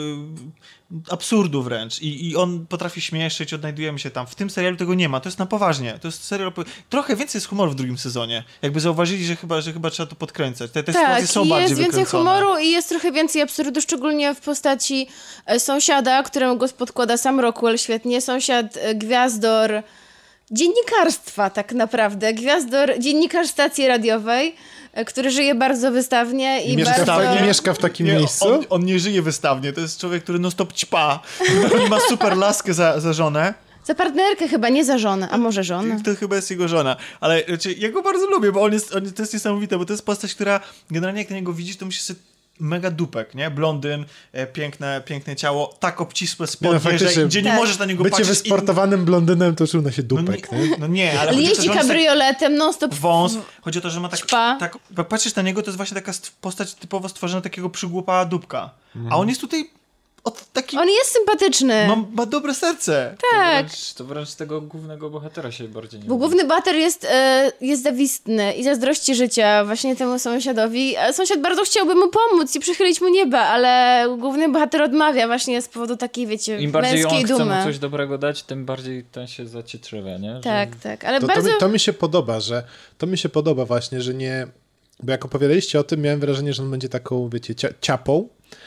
y, absurdu wręcz. I, I on potrafi śmieszyć, odnajdujemy się tam. W tym serialu tego nie ma, to jest na poważnie. To jest serial, trochę więcej jest humoru w drugim sezonie. Jakby zauważyli, że chyba, że chyba trzeba to podkręcać. Te, te sytuacje Tak, są i bardziej jest więcej wykręcone. humoru i jest trochę więcej absurdu, szczególnie w postaci e, sąsiada, któremu go podkłada sam Rockwell świetnie. Sąsiad, e, gwiazdor dziennikarstwa tak naprawdę. Gwiazdor, dziennikarz stacji radiowej, e, który żyje bardzo wystawnie i, I mieszka, bardzo... w, I mieszka w takim Nie, miejscu. on, on nie żyje wystawnie, to jest człowiek, który non stop ćpa. On ma super laskę za, za żonę. Za partnerkę chyba, nie za żonę, a może żonę. To chyba jest jego żona. Ale znaczy, ja go bardzo lubię, bo on jest, on, to jest niesamowite, bo to jest postać, która generalnie jak na niego widzisz, to myślisz sobie mega dupek, nie? Blondyn, e, piękne, piękne ciało, tak obcisłe Nie, spodnie, no, faktycznie. że gdzie nie Tak. możesz na niego Bycie patrzeć. wysportowanym blondynem to czuł na się i, no, dupek, nie, nie? no nie, ale Ale chodzi o to, jeździ że on jest tak kabrioletem, non stop wąs. Chodzi o to, że ma tak, ćpa. tak... Jak patrzysz na niego, to jest właśnie taka st- postać typowo stworzona takiego przygłupa dupka. A on jest tutaj od taki... On jest sympatyczny. Ma, ma dobre serce. tak. Wręcz, to wręcz tego głównego bohatera się bardziej nie Bo lubi. główny bohater jest, e, jest zawistny i zazdrości życia właśnie temu sąsiadowi. A sąsiad bardzo chciałby mu pomóc i przychylić mu nieba, ale główny bohater odmawia właśnie z powodu takiej, wiecie, Im bardziej on męskiej chce dumy. mu coś dobrego dać, tym bardziej ten się zacietrzewa, nie? Że- Tak, tak, ale To, bardzo... to, mi, to mi się podoba, że to mi się podoba właśnie, że nie... Bo jak opowiadaliście o tym, miałem wrażenie, że on będzie taką, wiecie, cia, ciapą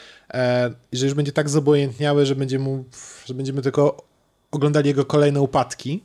e, i że już będzie tak zobojętniały, że, będzie mu, że będziemy tylko oglądali jego kolejne upadki.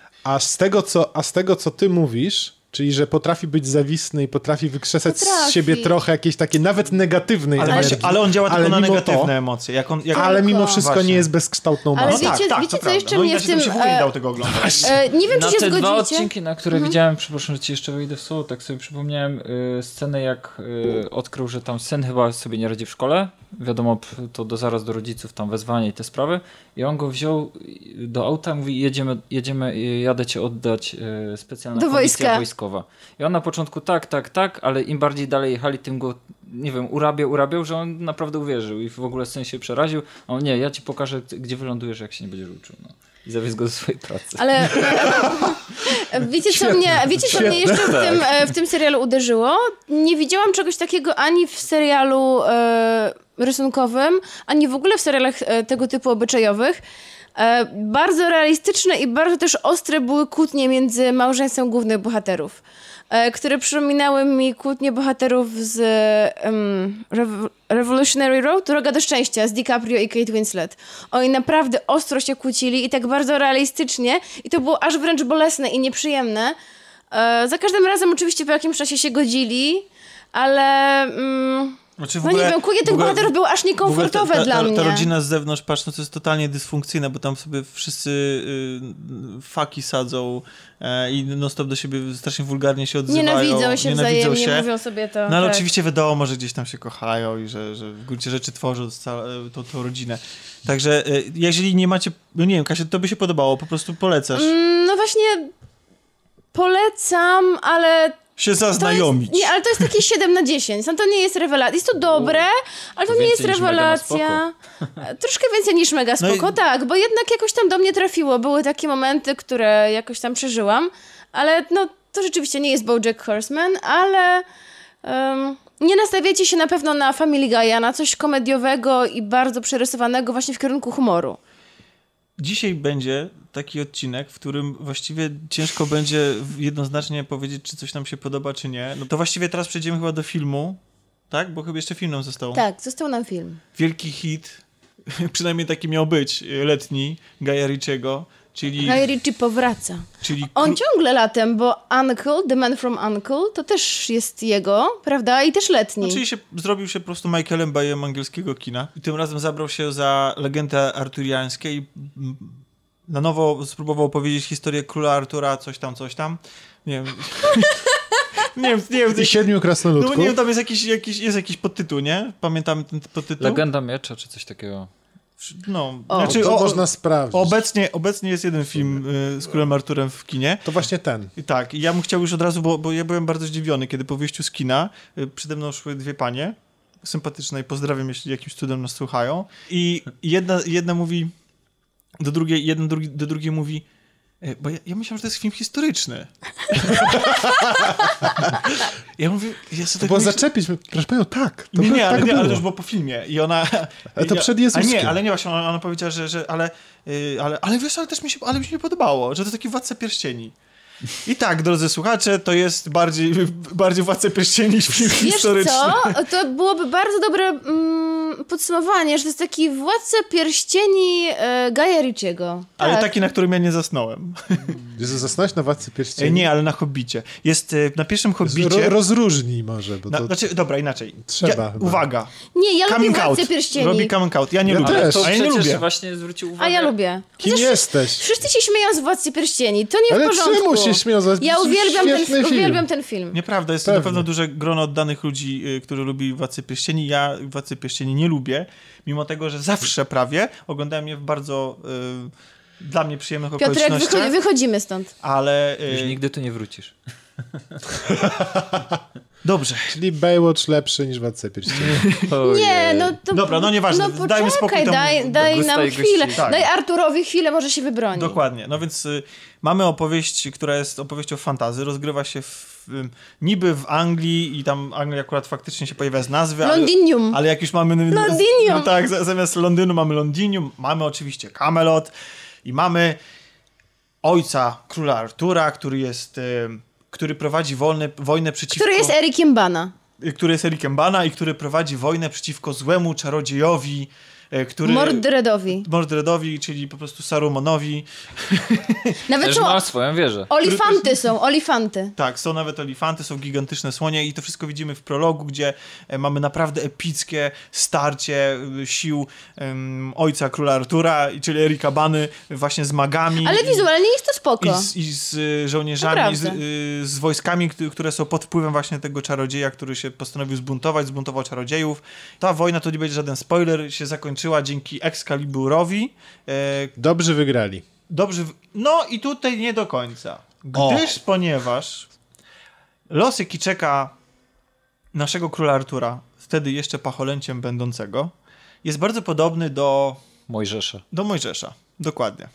A z tego, co, a z tego, co ty mówisz, czyli że potrafi być zawisny i potrafi wykrzesać Potrafi. z siebie trochę jakieś takie, nawet negatywnej Ale, energii. właśnie, ale on działa Ale tylko na mimo negatywne to- emocje. Jak on, jak... Ale mimo Tylko. wszystko Właśnie. nie jest bezkształtną Ale masą. No wiecie- tak, tak, wiecie, to co prawda. jeszcze no, mnie i w się tym, się w ogóle nie e, dał tego oglądać. E, nie wiem, Na czy się te zgodzicie. dwa odcinki, na które Mhm. widziałem, przepraszam, że ci jeszcze wejdę w słowo, tak sobie przypomniałem y, scenę, jak y, odkrył, że tam syn chyba sobie nie radzi w szkole. Wiadomo, p- to do, zaraz do rodziców, tam wezwanie i te sprawy. I on go wziął do auta, mówi, jedziemy, jedziemy y, jadę cię oddać y, specjalna Do komisja wojska. wojskowa. I on na początku tak, tak, tak, ale im bardziej dalej jechali, tym go, nie wiem, urabiał, urabiał, że on naprawdę uwierzył i w ogóle syn się przeraził. A on, nie, ja ci pokażę, gdzie wylądujesz, jak się nie będziesz uczył. No. i zawiózł go do swojej pracy. Ale wiecie, co mnie, wiecie, co mnie jeszcze w tym, w tym serialu uderzyło? Nie widziałam czegoś takiego ani w serialu e, rysunkowym, ani w ogóle w serialach e, tego typu obyczajowych. E, bardzo realistyczne i bardzo też ostre były kłótnie między małżeństwem głównych bohaterów, e, które przypominały mi kłótnie bohaterów z um, Rev- Revolutionary Road, Droga do Szczęścia z DiCaprio i Kate Winslet. Oni naprawdę ostro się kłócili i tak bardzo realistycznie i to było aż wręcz bolesne i nieprzyjemne. E, za każdym razem oczywiście po jakimś czasie się godzili, ale... Mm, Znaczy w no ogóle, nie wiem, kłótnie tych bohaterów było aż niekomfortowe ta, ta, dla ta, mnie. ta rodzina z zewnątrz, patrz, no to jest totalnie dysfunkcyjna, bo tam sobie wszyscy y, faki sadzą e, i non stop do siebie strasznie wulgarnie się odzywają. Nienawidzą się nienawidzą wzajemnie, się. mówią sobie to. No ale tak. oczywiście wiadomo, że gdzieś tam się kochają i że, że w gruncie rzeczy tworzą całą, tą, tą rodzinę. Także y, jeżeli nie macie, no nie wiem, Kasia, to by się podobało, po prostu polecasz. Mm, no właśnie polecam, ale... Się To zaznajomić. jest, nie, ale to jest takie siedem na dziesięć. No to nie jest rewelacja. Jest to dobre, ale to To nie jest więcej niż Mega rewelacja. Troszkę więcej niż Mega No i- Spoko, tak, bo jednak jakoś tam do mnie trafiło. Były takie momenty, które jakoś tam przeżyłam, ale no to rzeczywiście nie jest BoJack Horseman, ale um, nie nastawiacie się na pewno na Family Guy'a, na coś komediowego i bardzo przerysowanego właśnie w kierunku humoru. Dzisiaj będzie taki odcinek, w którym właściwie ciężko będzie jednoznacznie powiedzieć, czy coś nam się podoba, czy nie. No to właściwie teraz przejdziemy chyba do filmu, tak? Bo chyba jeszcze film nam został. Tak, został nam film. Wielki hit, przynajmniej taki miał być, letni, Guya Ritchiego, czyli... Guy Ritchie powraca. czyli On kró- ciągle latem, bo Uncle, The Man from Uncle, to też jest jego, prawda? I też letni. No, czyli się, zrobił się po prostu Michaelem Bayem angielskiego kina. I tym razem zabrał się za legendę arturiańską i mm, na nowo spróbował opowiedzieć historię króla Artura, coś tam, coś tam. Nie wiem... nie wiem, nie wiem. I siedmiu No krasnoludków. bo nie wiem, tam jest jakiś, jakiś, jest jakiś podtytuł, nie? Pamiętamy ten podtytuł? Legenda Miecza, czy coś takiego. No, O, znaczy, to o, można sprawdzić. obecnie, obecnie jest jeden film y, z królem Arturem w kinie. To właśnie ten. I tak, i ja bym chciał już od razu, bo, bo ja byłem bardzo zdziwiony, kiedy po wyjściu z kina y, przede mną szły dwie panie, sympatyczne i pozdrawiam, jeśli jakimś cudem nas słuchają. I jedna, jedna mówi do drugiej, jedna drugi, do drugiej mówi, y, bo ja, ja myślałem, że to jest film historyczny. Ja mówię, ja sobie To tak było myślę- zaczepić. Proszę panią, tak. To nie, by, nie, ale, tak nie było. ale to już było po filmie i ona... Ale to ja, przed A Jezuskiem. nie, ale nie, właśnie ona, ona powiedziała, że, że ale, yy, ale, ale wiesz, ale też mi się, ale mi się nie podobało, że to taki Władca Pierścieni. I tak, drodzy słuchacze, to jest bardziej, bardziej Władca Pierścieni niż film Wiesz historyczny. co? To byłoby bardzo dobre mm, podsumowanie, że to jest taki Władca Pierścieni e, Guya Ritchiego. Ale Tak. taki, na którym ja nie zasnąłem. Jezu, zasnąłeś na Władcy E, Pierścieni? nie, ale na Hobbicie. Jest e, na pierwszym Hobbicie... Ro, rozróżnij może, bo Na, to... znaczy, dobra, inaczej. Trzeba Ja, chyba. uwaga. Nie, ja lubię Coming out. Władcę Pierścieni. Robi coming out. Ja nie Ja lubię. też. To A ja nie przecież lubię. właśnie zwrócił uwagę. A ja lubię. Kim Chociaż jesteś? wszyscy się śmieją z Władcy Pierścieni. To nie Ale w porządku. czemu się śmieją? za- Ja uwielbiam ten, świetny film. uwielbiam ten film. Nieprawda, jest Pewnie. na pewno duże grono oddanych ludzi, y, którzy lubi Władcy Pierścieni. Ja Władcy Pierścieni nie lubię, mimo tego, że zawsze prawie oglądałem je w bardzo y, dla mnie przyjemnych Piotrek, okolicznościach, wychodzi, wychodzimy stąd. ale... Już Y, nigdy tu nie wrócisz. dobrze. Czyli Baywatch lepszy niż Władca Pierścieni. Nie, no to... Dobra, no nieważne, No dajmy spokój poczekaj, temu daj, daj gusta nam i gości. chwilę. Tak. Daj Arturowi chwilę, może się wybroni. Dokładnie. No więc y, mamy opowieść, która jest opowieścią fantasy. Rozgrywa się w, y, niby w Anglii i tam Anglia akurat faktycznie się pojawia z nazwy. Londinium. Ale, ale jak już mamy... Londinium. No tak, za- zamiast Londynu mamy Londinium. Mamy oczywiście Camelot i mamy ojca króla Artura, który jest... Y, który prowadzi wolny, wojnę przeciwko... Który jest Erikiem Bana. który jest Erikiem Bana i który prowadzi wojnę przeciwko złemu czarodziejowi, e, który... Mordredowi. Mordredowi, czyli po prostu Sarumonowi. Nawet Też są ma swoją wieżę. olifanty są, olifanty. Tak, są nawet olifanty, są gigantyczne słonie i to wszystko widzimy w prologu, gdzie e, mamy naprawdę epickie starcie e, sił em, ojca króla Artura, i- czyli Erika Bany, właśnie z magami. Ale i- wizualnie jest to spoko. I z, I z y, żołnierzami, z, Naprawdę. y, z wojskami, któ- które są pod wpływem właśnie tego czarodzieja, który się postanowił zbuntować, zbuntował czarodziejów. Ta wojna, to nie będzie żaden spoiler, się zakończyła dzięki Excaliburowi. E, Dobrze wygrali. dobrze, w- no i tutaj nie do końca. Gdyż, ponieważ los, jaki czeka naszego króla Artura, wtedy jeszcze pacholęciem będącego, jest bardzo podobny do Mojżesza. do Mojżesza, dokładnie.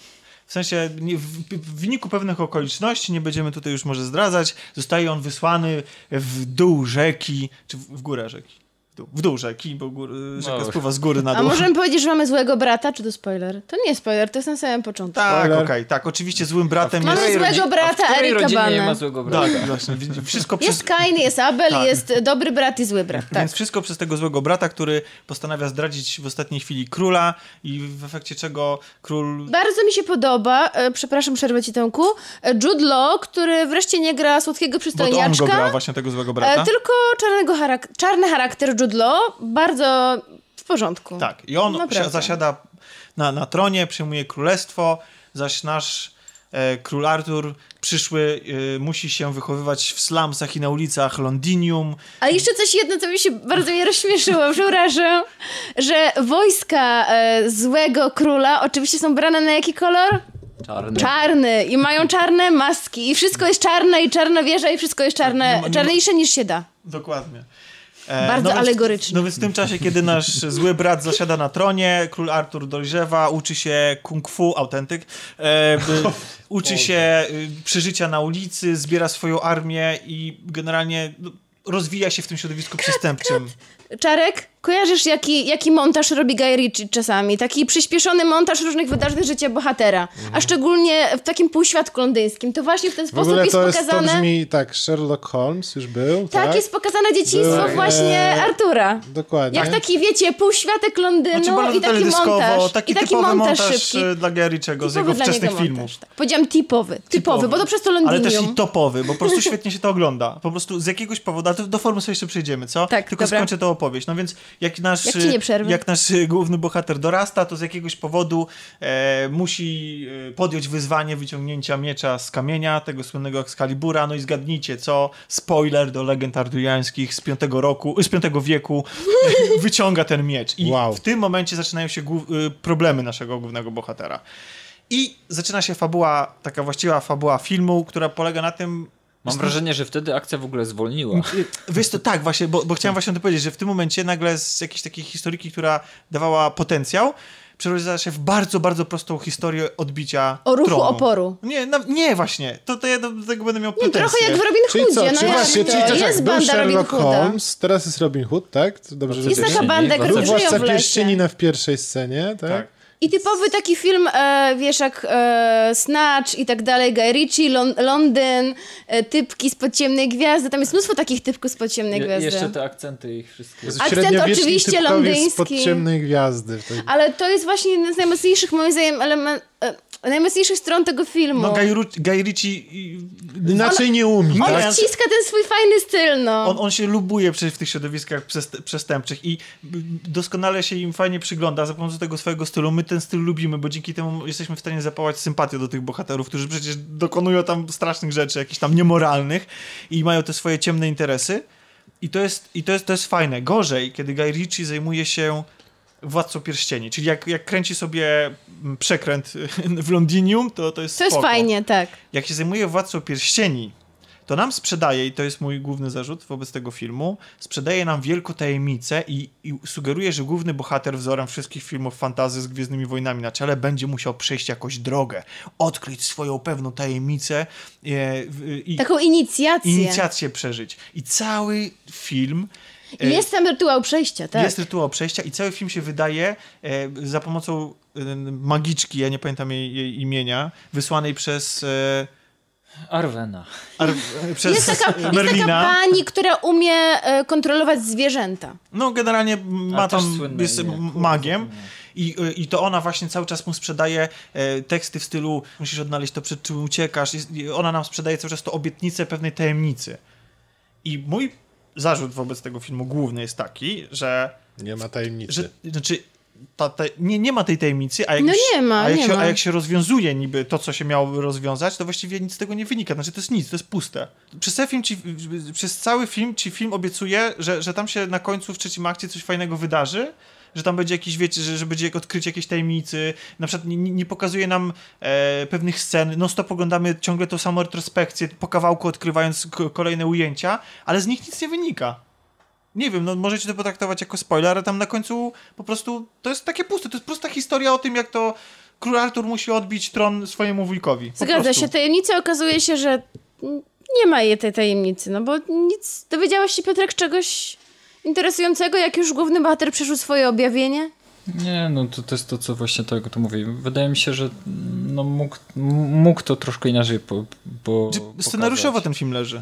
W sensie, nie, w, w wyniku pewnych okoliczności, nie będziemy tutaj już może zdradzać, zostaje on wysłany w dół rzeki, czy w, w górę rzeki. W dół, w dół rzeki, bo gór, rzeka No. spływa z góry na A dół. możemy powiedzieć, że mamy złego brata, czy to spoiler? To nie spoiler, to jest na samym początku. Tak, okej, Spoiler. tak. Oczywiście złym bratem Mamy jest... złego A w brata której Erika rodzinie nie Bana. ma złego brata? Tak, właśnie. Wszystko przez... Jest Kain, jest Abel, Tak. jest dobry brat i zły brat. Tak. Więc wszystko przez tego złego brata, który postanawia zdradzić w ostatniej chwili króla i w efekcie czego król... Bardzo mi się podoba, e, przepraszam, przerwę ci Tomku, e, Jude Law, który wreszcie nie gra słodkiego Bo to on go przystojniaczka, gra, właśnie tego złego brata. e, tylko czarnego charak- czarny charakter Jude Law, bardzo w porządku. Tak, i on Naprawdę. si- zasiada na, na tronie, przejmuje królestwo, zaś nasz e, król Artur przyszły e, musi się wychowywać w slumsach i na ulicach Londinium. A jeszcze coś jedno, co mi się bardzo mnie rozśmieszyło, przepraszam, że wojska e, złego króla oczywiście są brane na jaki kolor? Czarny. Czarny i mają czarne maski i wszystko jest czarne i czarna wieża i wszystko jest czarne, nie ma- nie ma- czarniejsze niż się da. Dokładnie. E, Bardzo więc- alegorycznie. No więc w tym czasie, kiedy nasz zły brat zasiada na tronie, król Artur dojrzewa, uczy się kung fu, autentyk, e, by, uczy się y, przeżycia na ulicy, zbiera swoją armię i generalnie no, rozwija się w tym środowisku przestępczym. Czarek, kojarzysz jaki, jaki montaż robi Guy Ritchie czasami? Taki przyspieszony montaż różnych wydarzeń z życia bohatera. A szczególnie w takim półświadku londyńskim. To właśnie w ten W sposób ogóle jest to, jest, to pokazane... brzmi tak, Sherlock Holmes już był, tak, tak? jest pokazane dzieciństwo Był, właśnie e, Artura. Dokładnie. Jak taki, wiecie, półświatek Londynu Znaczy bardzo i taki teledyskowo, montaż. taki I taki typowy montaż, montaż szybki. e, dla Guy Ritchiego z Typowy jego dla wczesnych niego filmów. montaż, tak. Powiedziałam typowy, typowy, bo to przez to Ale Londinium. też i topowy, bo po prostu świetnie się to ogląda. Po prostu z jakiegoś powodu, ale to do formy sobie jeszcze przejdziemy, co? Tak, Tylko dobra. skończę tą opowieść. No więc jak nasz, Jak ci nie przerwę. jak nasz e, główny bohater dorasta, to z jakiegoś powodu e, musi e, podjąć wyzwanie wyciągnięcia miecza z kamienia, tego słynnego Excalibura. No i zgadnijcie, co? Spoiler do legend arturiańskich z piątego roku, z piątego wieku wyciąga ten miecz. I Wow. w tym momencie zaczynają się głów, y, problemy naszego głównego bohatera. I zaczyna się fabuła, taka właściwa fabuła filmu, która polega na tym... Mam wrażenie, że wtedy akcja w ogóle zwolniła. Wiesz to tak, właśnie, bo, bo chciałem właśnie o tym powiedzieć, że w tym momencie nagle z jakiejś takiej historyki, która dawała potencjał, przerodziła się w bardzo, bardzo prostą historię odbicia O ruchu tronu. oporu. Nie, no, nie właśnie. To, to ja do, do tego będę miał Nie, pretensje. trochę jak w Robin Czyli co? Hoodzie. No Czyli jak właśnie, to? czyli to tak, Jest był banda Robin Sherlock Hooda. Holmes, teraz jest Robin Hood, tak? To dobrze Jest wiedzieć? taka banda, Był którzy Był żyją Władca w lesie. Pierścieni w pierwszej scenie, tak? Tak. I typowy taki film, e, wiesz, jak e, Snatch i tak dalej, Guy Ritchie, Lon- Londyn, e, typki z Podziemnej Gwiazdy. Tam jest mnóstwo takich typków z Podziemnej Je, Gwiazdy. jeszcze te akcenty ich wszystkie. Jezu, Akcent średniowieczni oczywiście typkowie londyński. z Podciemnej Gwiazdy. To... Ale to jest właśnie jeden z najmocniejszych, moim zdaniem, elemen- e, najmocniejszych stron tego filmu. No Guy, Ru- Guy Ritchie... i- Inaczej nie umie, On tak? wciska ten swój fajny styl, no. On, on się lubuje przecież w tych środowiskach przest- przestępczych i doskonale się im fajnie przygląda za pomocą tego swojego stylu. My ten styl lubimy, bo dzięki temu jesteśmy w stanie zapałać sympatię do tych bohaterów, którzy przecież dokonują tam strasznych rzeczy, jakichś tam niemoralnych i mają te swoje ciemne interesy. I to jest, i to jest, to jest fajne. Gorzej, kiedy Guy Ritchie zajmuje się Władcą Pierścieni, czyli jak, jak kręci sobie przekręt w Londinium, to to jest To jest spoko. fajnie, tak. Jak się zajmuje Władcą Pierścieni, to nam sprzedaje, i to jest mój główny zarzut wobec tego filmu, sprzedaje nam wielką tajemnicę i, i sugeruje, że główny bohater wzorem wszystkich filmów fantasy z Gwiezdnymi Wojnami na czele będzie musiał przejść jakąś drogę, odkryć swoją pewną tajemnicę e, w- i Taką inicjację. inicjację przeżyć. I cały film e, Jest tam rytuał przejścia, tak. jest rytuał przejścia i cały film się wydaje e, za pomocą e, magiczki, ja nie pamiętam jej, jej imienia, wysłanej przez... E, Arwena. Ar, przez Jest taka, jest Merlina. taka pani, która umie e, kontrolować zwierzęta. No generalnie ma A, też tam, słynne jest imię. magiem i, i to ona właśnie cały czas mu sprzedaje e, teksty w stylu musisz odnaleźć to, przed czym uciekasz. Jest, i ona nam sprzedaje cały czas to obietnicę pewnej tajemnicy. I mój zarzut wobec tego filmu główny jest taki, że, Nie ma tajemnicy. że znaczy ta, ta, nie, nie ma tej tajemnicy, a jak, No już, nie ma, a, jak nie się, ma. a jak się rozwiązuje niby to, co się miało rozwiązać, to właściwie nic z tego nie wynika. Znaczy to jest nic, to jest puste. Przez cały film ci, przez cały film ci film obiecuje, że, że tam się na końcu w trzecim akcie coś fajnego wydarzy, że tam będzie jakiś, wiecie, że, że będzie odkrycie jakiejś tajemnicy, na przykład nie, nie pokazuje nam e, pewnych scen, no stop oglądamy ciągle tą samą retrospekcję, po kawałku odkrywając k- kolejne ujęcia, ale z nich nic nie wynika. Nie wiem, no możecie to potraktować jako spoiler, ale tam na końcu po prostu to jest takie puste, to jest prosta historia o tym, jak to król Artur musi odbić tron swojemu wujkowi. Po Zgadza prostu. się. Tajemnica okazuje się, że nie ma jej tej tajemnicy, no bo nic... Dowiedziałeś się, Piotrek, czegoś interesującego, jak już główny bohater przeszł swoje objawienie? Nie, no to, to jest to, co właśnie tego to mówię. Wydaje mi się, że no mógł, mógł to troszkę inaczej po, po, Scenariuszowo pokazać. ten film leży.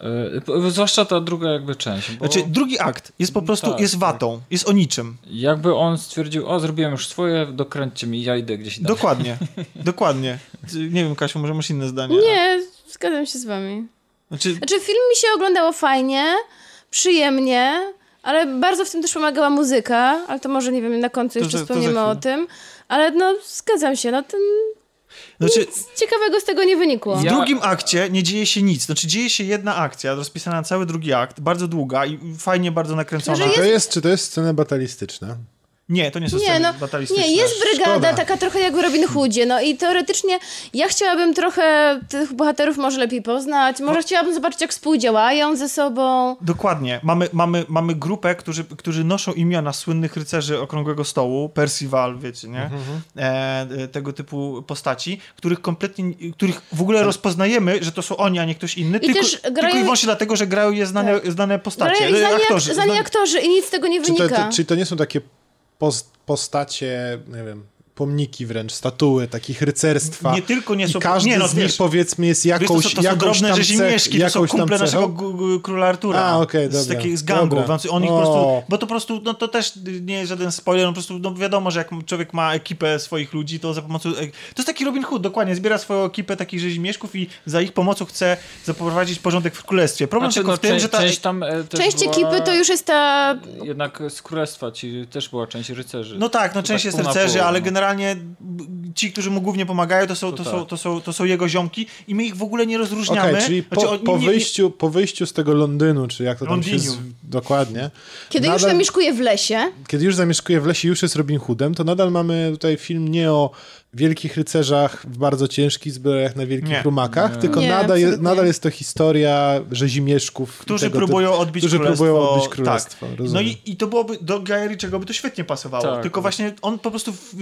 E, zwłaszcza ta druga jakby część. Bo Znaczy, drugi akt jest po prostu, Tak, jest watą, jest o niczym. jakby on stwierdził, o zrobiłem już swoje, dokręćcie mi, ja idę gdzieś dalej. Dokładnie, dokładnie. Nie wiem, Kasiu, może masz inne zdanie. Nie, zgadzam się z wami. Znaczy, Znaczy, film mi się oglądało fajnie, przyjemnie, ale bardzo w tym też pomagała muzyka, ale to może, nie wiem, na końcu To jeszcze za- to za wspomniemy o chwilę. tym. Ale no, zgadzam się, no ten... znaczy Nic ciekawego z tego nie wynikło. w Ja- drugim akcie nie dzieje się nic. Znaczy, dzieje się jedna akcja, rozpisana na cały drugi akt, bardzo długa i fajnie bardzo nakręcona. Że To jest, czy to jest scena batalistyczna? Nie, to nie są Nie, sceny no, batalistyczne. nie, jest brygada Szkoda. taka trochę jak w Robin Hoodzie, no i teoretycznie ja chciałabym trochę tych bohaterów może lepiej poznać, może chciałabym zobaczyć, jak współdziałają ze sobą. Dokładnie. Mamy, mamy, mamy grupę, którzy, którzy noszą imiona słynnych rycerzy Okrągłego Stołu, Percival, wiecie, nie? E, e, tego typu postaci, których kompletnie, których w ogóle rozpoznajemy, że to są oni, a nie ktoś inny, tylko, też tylko grają- i wyłącznie dlatego, że grają je znane, znane postacie, Grają ich znani, aktorzy. ak- znani Znani- aktorzy i nic z tego nie Czy to, wynika. to, czyli to nie są takie pos, postacie, nie wiem, pomniki wręcz, statuły, takich rycerstwa. Nie tylko nie są... I każdy nie, no, z nich, wiesz, powiedzmy, jest Wiesz, jakąś, to są, to są jakąś drobne tam rzeźmieszki, cech, to są jakąś tam kumple naszego cechą. g- g- króla Artura. A, okej, z, dobra. takich, z gangu, Dobra. więc oni po O. prostu, bo to po prostu, no to też nie jest żaden spoiler, no po prostu, no wiadomo, że jak człowiek ma ekipę swoich ludzi, to za pomocą, to jest taki Robin Hood, dokładnie, zbiera swoją ekipę takich rzeźmieszków i za ich pomocą chce zaprowadzić porządek w królestwie. Problem Znaczy, tylko no, w tym, część, że ta... część tam e, też Część była, ekipy to już jest ta... jednak z królestwa ci też była część rycerzy. No tak, no To część tak jest pół na rycerzy, pół, ale no. generalnie b- ci, którzy mu głównie pomagają, to są, to, To są, tak. to, są, to są jego ziomki i my ich w ogóle nie rozróżniamy. Okej, czyli po, Znaczy, oni po, nie- nie- wyjściu, po wyjściu z tego Londynu, czy jak to tam się... Londyniu. Z, dokładnie. Kiedy już nadal- zamieszkuje w lesie, Kiedy już zamieszkuje w lesie, już jest Robin Hoodem, to nadal mamy tutaj film nie o wielkich rycerzach w bardzo ciężkich zbrojach na wielkich Nie. rumakach, Nie. tylko Nie, nadal, je, absolutnie. nadal jest to historia rzezimieszków. i Którzy tego próbują typu- odbić którzy królestwo. próbują odbić królestwo. Tak. No rozumiem. i, i to byłoby, do Guya Ritchiego by to świetnie pasowało. Tak. Tylko właśnie on po prostu w,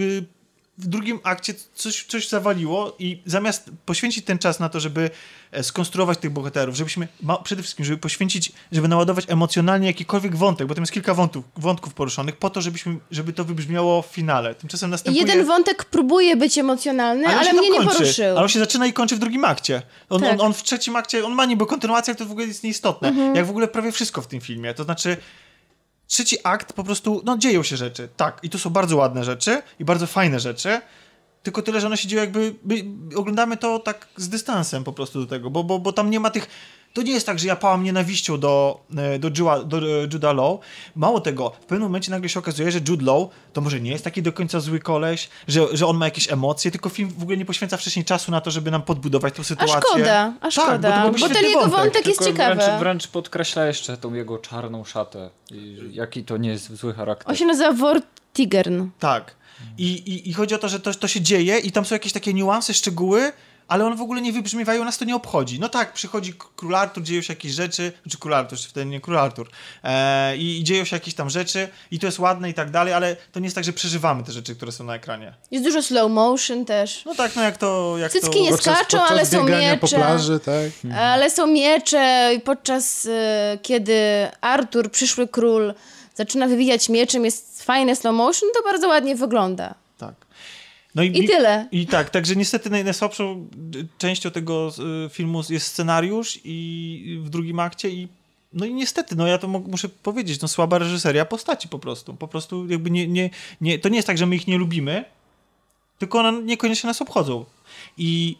w drugim akcie coś, coś zawaliło i zamiast poświęcić ten czas na to, żeby e, skonstruować tych bohaterów, żebyśmy, ma, przede wszystkim, żeby poświęcić, żeby naładować emocjonalnie jakikolwiek wątek, bo tam jest kilka wątków, wątków poruszonych, po to, żebyśmy, żeby to wybrzmiało w finale. Tymczasem następuje... jeden wątek próbuje być emocjonalny, ale, on się mnie tam nie kończy. poruszył. Ale on się zaczyna i kończy w drugim akcie. On, Tak. on, on w trzecim akcie, on ma niby kontynuację, ale to w ogóle jest nieistotne. Mhm. Jak w ogóle prawie wszystko w tym filmie. To znaczy, trzeci akt po prostu, no dzieją się rzeczy. Tak, i to są bardzo ładne rzeczy i bardzo fajne rzeczy. Tylko tyle, że one się dzieją jakby, by, oglądamy to tak z dystansem po prostu do tego, bo, bo, bo tam nie ma tych... To nie jest tak, że ja pałam nienawiścią do, e, do, Jua, do e, Juda Law. Mało tego, w pewnym momencie nagle się okazuje, że Jude Law to może nie jest taki do końca zły koleś, że, że on ma jakieś emocje, tylko film w ogóle nie poświęca wcześniej czasu na to, żeby nam podbudować tę A sytuację. szkoda, a Tak, szkoda, bo to byłby bo ten świetny jego wątek. wątek jest Tylko ciekawy. Wręcz, wręcz podkreśla jeszcze tą jego czarną szatę. I jaki to nie jest zły charakter. On się nazywa Vortigern. Tak. I, i, I chodzi o to, że to, to się dzieje i tam są jakieś takie niuanse, szczegóły, ale one w ogóle nie wybrzmiewają, nas to nie obchodzi. No tak, przychodzi k- król Artur, dzieją się jakieś rzeczy, czy król Artur, czy wtedy nie król Artur, e, i, i dzieją się jakieś tam rzeczy i to jest ładne i tak dalej, ale to nie jest tak, że przeżywamy te rzeczy, które są na ekranie. Jest dużo slow motion też. No tak, no jak to... Jak Cycki to... nie skaczą, ale są biegania po miecze. plaży, tak? Ale są miecze i podczas e, kiedy Artur, przyszły król, zaczyna wywijać mieczem, jest fajne slow motion, to bardzo ładnie wygląda. Tak. No I tyle. I tak, także niestety naj- najsłabszą y, częścią tego y, filmu jest scenariusz i w drugim akcie i no i niestety, no ja to mo- muszę powiedzieć, no słaba reżyseria postaci po prostu. Po prostu jakby nie, nie, nie, to nie jest tak, że my ich nie lubimy, tylko one niekoniecznie nas obchodzą. I,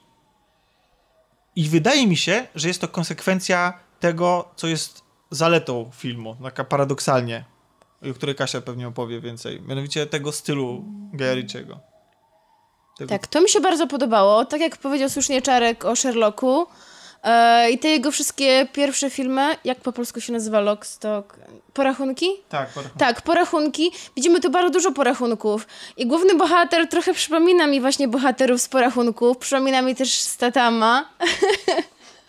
i wydaje mi się, że jest to konsekwencja tego, co jest zaletą filmu, taka paradoksalnie, o której Kasia pewnie opowie więcej. Mianowicie tego stylu Guya Ritchiego. Tego... Tak, to mi się bardzo podobało. Tak jak powiedział słusznie Czarek o Sherlocku e, i te jego wszystkie pierwsze filmy, jak po polsku się nazywa Lock, Stock, Porachunki? Tak, porachunki. Tak, porachunki. Widzimy tu bardzo dużo porachunków. I główny bohater trochę przypomina mi właśnie bohaterów z porachunków. Przypomina mi też Statama.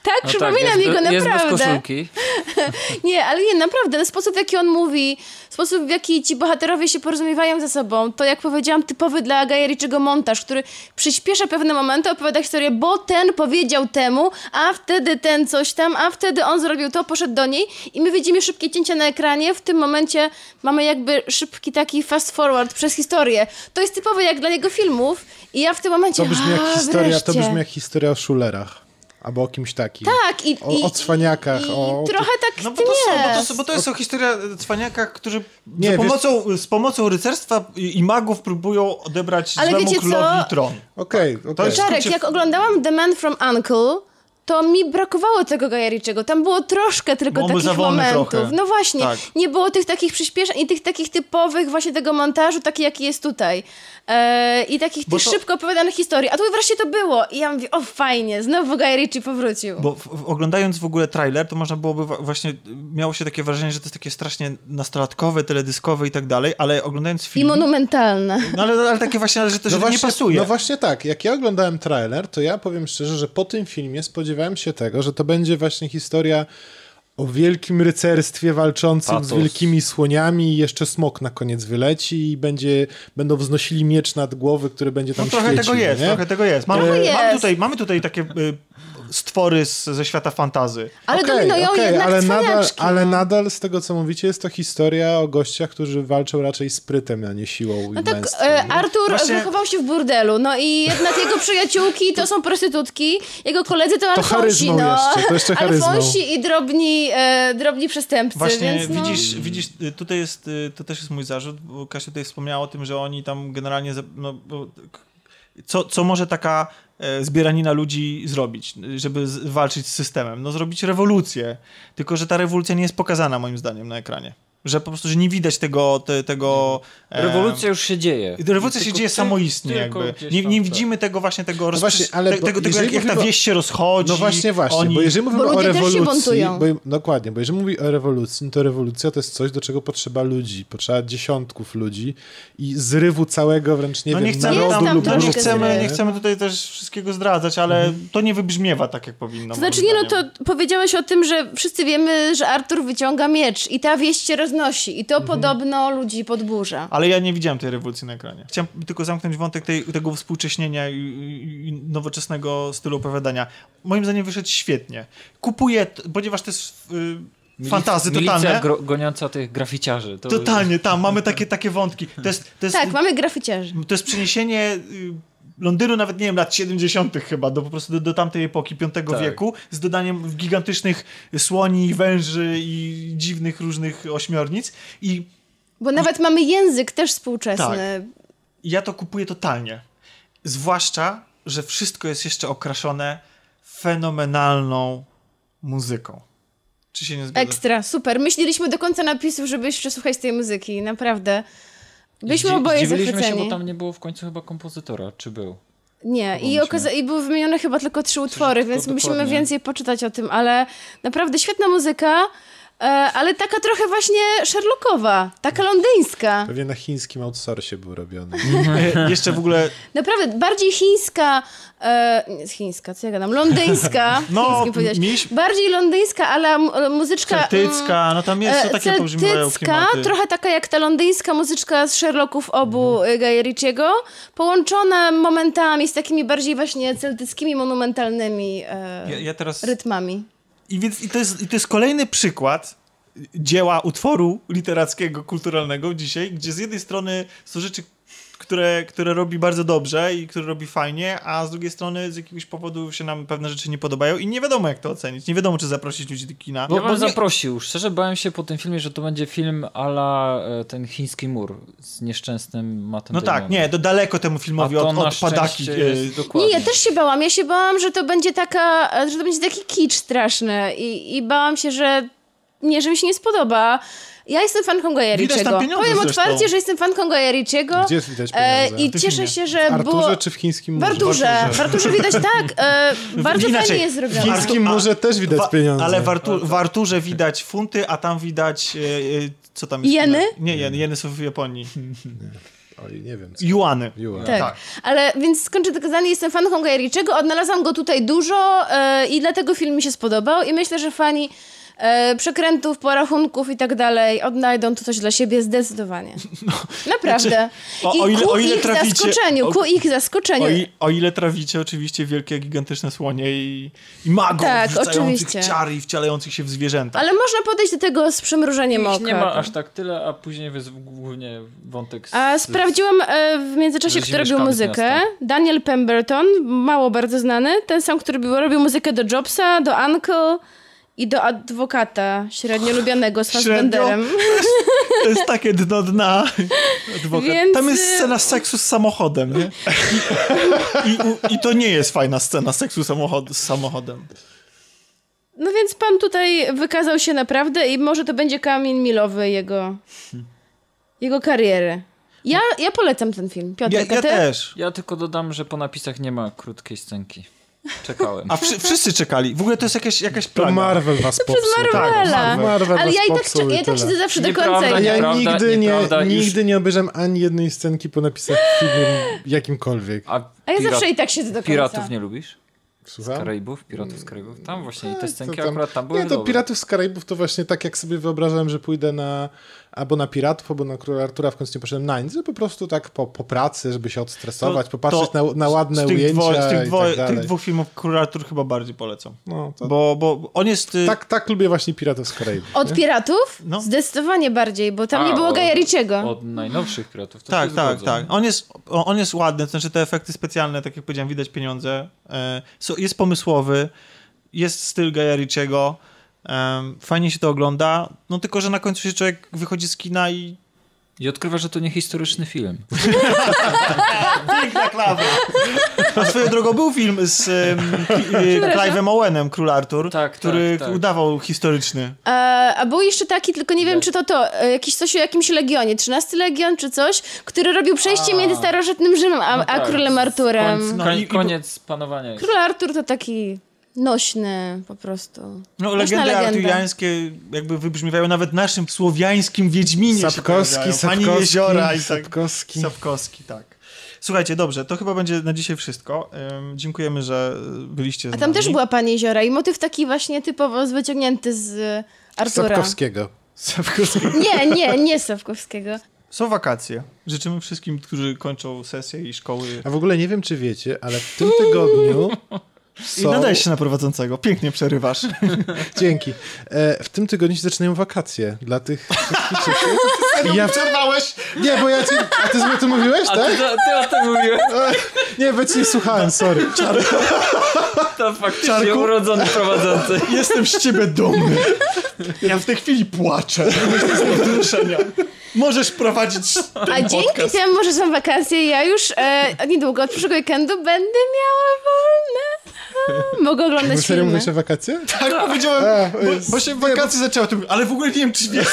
Tak, No przypominam tak, jest, jego, be- jest bez naprawdę. koszulki. Nie, ale nie, naprawdę, ale sposób w jaki on mówi, sposób w jaki ci bohaterowie się porozumiewają ze sobą, to jak powiedziałam, typowy dla Guya Ritchiego montaż, który przyspiesza pewne momenty, opowiada historię, bo ten powiedział temu, a wtedy ten coś tam, a wtedy on zrobił to, poszedł do niej i my widzimy szybkie cięcia na ekranie, w tym momencie mamy jakby szybki taki fast forward przez historię. To jest typowe jak dla niego filmów i ja w tym momencie, To brzmi jak a, historia, to wreszcie. brzmi jak historia o Schulerach. Albo o kimś takim. Tak, i, O, i, o cwaniakach, i, o... i trochę tak No w bo tym to, są, bo, to, jest. są- bo to jest o historia cwaniaka, którzy Nie, za wiesz- pomocą, z pomocą rycerstwa i i magów próbują odebrać Ale złemu wiecie królowi co? tron. Okej, okej. jest- Czarek, skrócie- jak oglądałam The Man from Uncle, to mi brakowało tego Guya Ritchiego. Tam było troszkę tylko Bo on był takich za wolny momentów. trochę. No właśnie, Tak. nie było tych takich przyspieszeń i tych takich typowych właśnie tego montażu, taki jaki jest tutaj. Eee, I takich Bo tych to- szybko opowiadanych historii. A tu wreszcie to było. I ja mówię, o fajnie, znowu Guy Ritchie powrócił. Bo w, w, oglądając w ogóle trailer, to można byłoby wa- właśnie, miało się takie wrażenie, że to jest takie strasznie nastolatkowe, teledyskowe i tak dalej, ale oglądając I film... monumentalne. No ale, ale takie właśnie, ale że to, że to nie pasuje. No właśnie tak, jak ja oglądałem trailer, to ja powiem szczerze, że po tym filmie spodziewałem się tego, że to będzie właśnie historia o wielkim rycerstwie walczącym Patos. z wielkimi słoniami i jeszcze smok na koniec wyleci i będzie, będą wznosili miecz nad głowy, który będzie tam No trochę świecił. tego jest, nie? trochę tego jest. Mamy, Trochę mamy, jest. tutaj, mamy tutaj takie y, stwory z, ze świata fantazy. Ale Okej, dominują okej, jednak ale nadal, cwaniaczki. ale no. nadal z tego, co mówicie, jest to historia o gościach, którzy walczą raczej sprytem, a nie siłą No i tak, męstwem. e, nie? Artur Właśnie- wychował się w burdelu, no i jednak jego przyjaciółki to są prostytutki, jego koledzy to alfonsi, charyzmą no. jeszcze, to jeszcze charyzmą. Alfonsi i drobni, e, drobni przestępcy, Właśnie więc no... widzisz, widzisz, y, tutaj jest, y, to też jest mój zarzut, bo Kasia tutaj wspomniała o tym, że oni tam generalnie, za- no, bo, k- co, co może taka e, zbieranina ludzi zrobić, żeby z, walczyć z systemem? No zrobić rewolucję, tylko że ta rewolucja nie jest pokazana moim zdaniem na ekranie. Że po prostu, że nie widać tego... Te, tego e, Rewolucja już się dzieje. Rewolucja się Tylko dzieje ty- samoistnie tylko jakby. gdzieś Nie, tam, nie tak. widzimy tego właśnie tego, rozprzes- właśnie, ale te, bo tego, tego jeżeli jak, jak ta mówimy o- wieś się rozchodzi. No właśnie, właśnie, oni... bo jeżeli mówimy Bo o ludzie też się rewolucji, buntują. bo, dokładnie, bo jeżeli mówi o rewolucji, no to rewolucja to jest coś, do czego potrzeba ludzi, potrzeba dziesiątków ludzi i zrywu całego wręcz, nie No wiem, nie chcemy, narodu Jest tam lub no nie troszkę grupy, chcemy, zrywu. nie chcemy tutaj też wszystkiego zdradzać, ale Mhm. to nie wybrzmiewa tak, jak powinno. To znaczy, nie no, to powiedziałeś o tym, że wszyscy wiemy, że Artur wyciąga miecz i ta wieść się roznosi i to Mhm. podobno ludzi podburza. Ale ja nie widziałem tej rewolucji na ekranie. Chciałem tylko zamknąć wątek tej, tego współcześnienia i, i, i nowoczesnego stylu opowiadania. Moim zdaniem wyszedł świetnie. Kupuję, t- ponieważ to jest y, fantazy Milicja totalne. gro- goniąca tych graficiarzy. To Totalnie, tam mamy takie, takie wątki. To jest, to jest, Tak, mamy graficiarzy. to jest przeniesienie y, Londynu nawet, nie wiem, lat siedemdziesiątych chyba, do, po prostu do, do tamtej epoki, piątego Tak. wieku, z dodaniem gigantycznych słoni, węży i dziwnych różnych ośmiornic. I Bo nawet mamy język też współczesny. Tak. ja to kupuję totalnie. Zwłaszcza, że wszystko jest jeszcze okraszone fenomenalną muzyką. Czy się nie zgadza? Ekstra, super. Myśleliśmy do końca napisów, żeby jeszcze słuchać tej muzyki, naprawdę. Byliśmy Zdzi- oboje Zdziwiliśmy się, zachwyceni. bo tam nie było w końcu chyba kompozytora. Czy był? Nie, i, myśmy- okaza- i były wymienione chyba tylko trzy utwory, tylko więc musimy dokładnie. więcej poczytać o tym, ale naprawdę świetna muzyka, e, ale taka trochę właśnie Sherlockowa, taka londyńska. Pewnie na chińskim outsourcie był robiony. E, Jeszcze w ogóle Naprawdę bardziej chińska, e, nie, chińska, co ja gadam, londyńska, No, chińskim powiedziałeś. mieliśmy- bardziej londyńska, ale m- muzyczka... celtycka, no tam jest to E, takie pobrzmiewają celtycka, klimaty. trochę taka jak ta londyńska muzyczka z Sherlocków obu mm. Guya Ritchiego, połączona momentami z takimi bardziej właśnie celtyckimi, monumentalnymi e, Ja, ja teraz... rytmami. I, więc, i, to jest, I to jest kolejny przykład dzieła, utworu literackiego, kulturalnego dzisiaj, gdzie z jednej strony są rzeczy, które, które robi bardzo dobrze i które robi fajnie, a z drugiej strony z jakiegoś powodu się nam pewne rzeczy nie podobają i nie wiadomo, jak to ocenić. Nie wiadomo, czy zaprosić ludzi do kina. Ja Bo- bym bo nie- zaprosił. Szczerze bałem się po tym filmie, że to będzie film a la e, ten chiński mur z nieszczęsnym Mattem No tak, Damonem. nie, to daleko temu filmowi A to od, na od padaki. szczęście e, jest dokładnie. Nie, ja też się bałam. Ja się bałam, że to będzie taka, że to będzie taki kicz straszny i, i bałam się, że nie, że mi się nie spodoba. Ja jestem fanką Guya Widać tam Ritchiego. pieniądze Powiem zresztą. otwarcie, że jestem fanką Guya Ritchiego. Gdzie jest widać E, pieniądze? I W tym cieszę filmie. się, że W Arturze było... czy w chińskim W murze? Arturze. W Arturze widać tak. E, bardzo Inaczej, fajnie jest W zrobione. chińskim A- murze też widać Wa- pieniądze. Ale w, Artu, w Arturze widać funty, a tam widać... E, e, co tam jest? Jeny? Nie, jeny, jeny są w Japonii. Oj, nie wiem. Co. Juany. Juan. Tak. Tak. Ale więc skończę tylko zdanie, jestem fanką Guya Ritchiego, odnalazłam go tutaj dużo e, i dlatego film mi się spodobał i myślę, że fani e, przekrętów, porachunków i tak dalej odnajdą tu coś dla siebie zdecydowanie. Naprawdę. o- I o ile- ku o ile ich traficie- zaskoczeniu, o- ku ich zaskoczeniu. O, i, o ile trawicie oczywiście wielkie, gigantyczne słonie i, i magów Tak, wrzucających oczywiście. ciary i wcielających się w zwierzęta. Ale można podejść do tego z przymrużeniem Ich oka. nie ma aż tak tyle, a później jest głównie wątek z... A sprawdziłam e, w międzyczasie, że kto robił mieszkamy z muzykę. miasta. Daniel Pemberton, mało bardzo znany. Ten sam, który był, robił muzykę do Jobsa, do Uncle i do Adwokata, średnio lubianego z Fassbenderem. To jest takie dno dna. Adwokat. Więc- Tam jest scena seksu z samochodem, nie? I, i, I to nie jest fajna scena seksu samochod, z samochodem. No więc pan tutaj wykazał się naprawdę i może to będzie kamień milowy jego, jego kariery. Ja, ja polecam ten film. Ja, Piotrek, a ja ty? też. Ja tylko dodam, że po napisach nie ma krótkiej scenki. Czekałem. A wszy, wszyscy czekali. W ogóle to jest jakaś, jakaś To plaga. Marvel was popsuł. Marvela. Tak, Marvel Ale was ja i tak, popsuł czek- ja i tak tyle. siedzę zawsze do Nieprawda, końca. A i- ja Nieprawda, nigdy, nie, nieprawda, już- nigdy nie obejrzałem ani jednej scenki po napisach w filmie jakimkolwiek. A, A ja pirat- zawsze i tak siedzę do końca. Piratów nie lubisz? Z Słucham? Karaibów? Piratów z Karaibów? Tam właśnie i te To scenki tam- akurat tam były Nie, to dobre. Piratów z Karaibów to właśnie tak, jak sobie wyobrażałem, że pójdę na albo na Piratów, albo na Króla Artura, w końcu nie poszedłem na nic, po prostu tak po, po pracy, żeby się odstresować, To- popatrzeć to na, na ładne z tych ujęcia dwo, z tych, i dwo, tak dalej. tych dwóch filmów Król Artur chyba bardziej polecam. No, to, Bo, bo on jest... y, tak, tak lubię właśnie Piratów z Karaibów. Od nie? Piratów? No. Zdecydowanie bardziej, bo tam A, nie było od- Guya Ritchiego. Od najnowszych Piratów. To Tak, się tak, zgodzę. tak. On jest, on on jest ładny, to znaczy te efekty specjalne, tak jak powiedziałem, widać pieniądze. E, są- jest pomysłowy, jest styl Guya Ritchiego, em, fajnie się to ogląda, no tylko, że na końcu się człowiek wychodzi z kina i... I odkrywa, że to nie historyczny film. Piękna klawa. A swoją drogą był film z um, Clive'em Owenem, Król Artur, Tak, który tak, tak. udawał historyczny. A, a był jeszcze taki, tylko nie wiem, Tak. czy to to, e, jakiś coś o jakimś legionie, trzynasty Legion czy coś, który robił przejście A. między starożytnym Rzymem a, No a tak, królem Arturem. Koń, No koń, i- i- koniec panowania jest. Król Artur to taki nośny po prostu. No, Nośna legendy legenda. arturiańskie jakby wybrzmiewają nawet naszym słowiańskim Wiedźminie się Sapkowski, pojawiają. Pani Sapkowski, Jeziora i tak. Sapkowski. Sapkowski, tak. Słuchajcie, dobrze, to chyba będzie na dzisiaj wszystko. Ym, dziękujemy, że byliście z A nami. tam też była Pani Jeziora i motyw taki właśnie typowo wyciągnięty z e, Artura. Sapkowskiego. Sapkowski. Nie, nie, nie Sapkowskiego. Są wakacje. Życzymy wszystkim, którzy kończą sesje i szkoły. A w ogóle nie wiem, czy wiecie, ale w tym tygodniu I są... nadajesz się na prowadzącego. Pięknie przerywasz. Dzięki. E, w tym tygodniu się zaczynają wakacje dla tych wszystkich. I ja Przerwałeś! Nie, bo ja ci... A ty o tym mówiłeś, A tak? ty, ty o tym mówiłeś? Nie, bo cię nie słuchałem, sorry. To faktycznie Czarku? urodzony prowadzący. Jestem z ciebie dumny. Ja w tej chwili płaczę. Myślę z wzruszenia. Możesz prowadzić ten A dzięki podcast. temu, że są wakacje, ja już e, niedługo od przyszłego weekendu będę miała wolne. A, mogę oglądać Bo serio filmy. mówisz o wakacje? Tak powiedziałem, A, bo, jest- bo się wakacje zaczęły, to- ale w ogóle nie wiem, czy wiesz.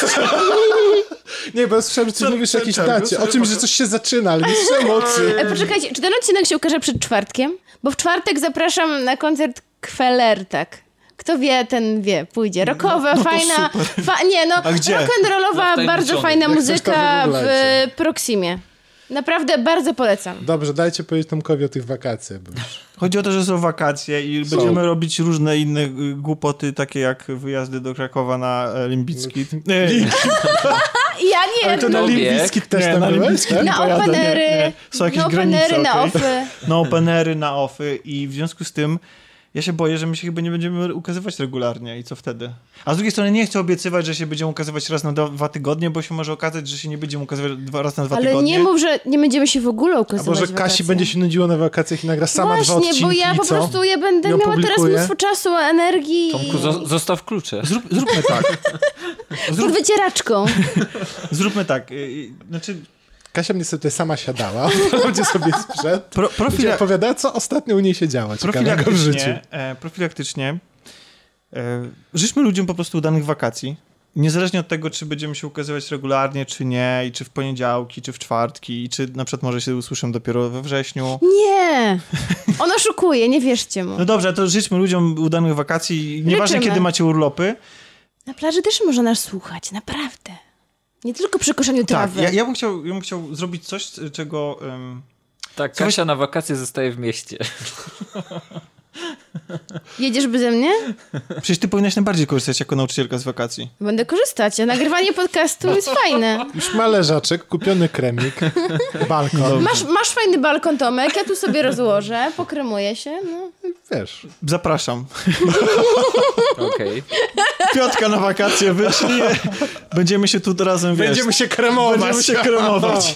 Nie, bo ja słyszałem, że ty Co- mówisz co- o jakiejś co- dacie, co- o czymś, że coś się zaczyna, ale nie słyszałem o czym. E, poczekajcie, czy ten odcinek się ukaże przed czwartkiem? Bo w czwartek zapraszam na koncert Kwelertak. Kto wie, ten wie, pójdzie. Rockowa, no to fajna, fa- nie no, A gdzie? rock'n'rollowa, Wtajemniczony. bardzo fajna Jak coś to muzyka w wygooglajcie. Proximie. Naprawdę bardzo polecam. Dobrze, dajcie powiedzieć Tomkowi o tych wakacjach. Bo już... Chodzi o to, że są wakacje i Są. będziemy robić różne inne y, głupoty, takie jak wyjazdy do Krakowa na e, Limbickit. Nie, Ja nie, Ale to na no, Lubię. Limbiskit też nie, tam na byłeś, Limbickit tak? nie na pojadę, nie, openery, nie. Są jakieś na granice, openery, na okej? offy. Na openery, na offy i w związku z tym ja się boję, że my się chyba nie będziemy ukazywać regularnie i co wtedy? A z drugiej strony nie chcę obiecywać, że się będziemy ukazywać raz na dwa, dwa tygodnie, bo się może okazać, że się nie będziemy ukazywać dwa, raz na dwa Ale tygodnie. nie mów, że nie będziemy się w ogóle A ukazywać może w Kasi wakacje. będzie się nudziło na wakacjach i nagra sama dwa Właśnie, odcinki bo ja i po co? prostu ja będę I miała teraz opublikuje? mnóstwo czasu, energii Tomku, i zo- zostaw klucze. Zrób, zróbmy tak. pod wycieraczką. Zróbmy tak. y, y, Znaczy, Kasia mnie sobie tutaj sama siadała, będzie sobie sprzed. pro, Będzie profila, opowiadała, co ostatnio u niej się działo ciekawego w życiu. profilaktycznie, e, profilaktycznie e, życzmy ludziom po prostu udanych wakacji. Niezależnie od tego, czy będziemy się ukazywać regularnie, czy nie, i czy w poniedziałki, czy w czwartki, i czy na przykład może się usłyszę dopiero we wrześniu. Nie! On oszukuje, nie wierzcie mu. No dobrze, to życzmy ludziom udanych wakacji. Nieważne, Życzymy. kiedy macie urlopy. Na plaży też można nas słuchać, naprawdę. Nie tylko przy koszeniu Tak, trawy. ja, ja, bym chciał, ja bym chciał zrobić coś, czego... Um... Tak, Co Kasia na wakacje zostaje w mieście. Jedziesz beze mnie? Przecież ty powinnaś najbardziej korzystać jako nauczycielka z wakacji. Będę korzystać. A nagrywanie podcastu jest fajne. Już ma leżaczek, kupiony kremik, balkon. Masz, masz fajny balkon, Tomek, ja tu sobie rozłożę, pokremuję się. No. Wiesz, Zapraszam. Okej. Piotka na wakacje wyszli. Będziemy się tu razem, wiesz... będziemy się kremować. Będziemy się kremować.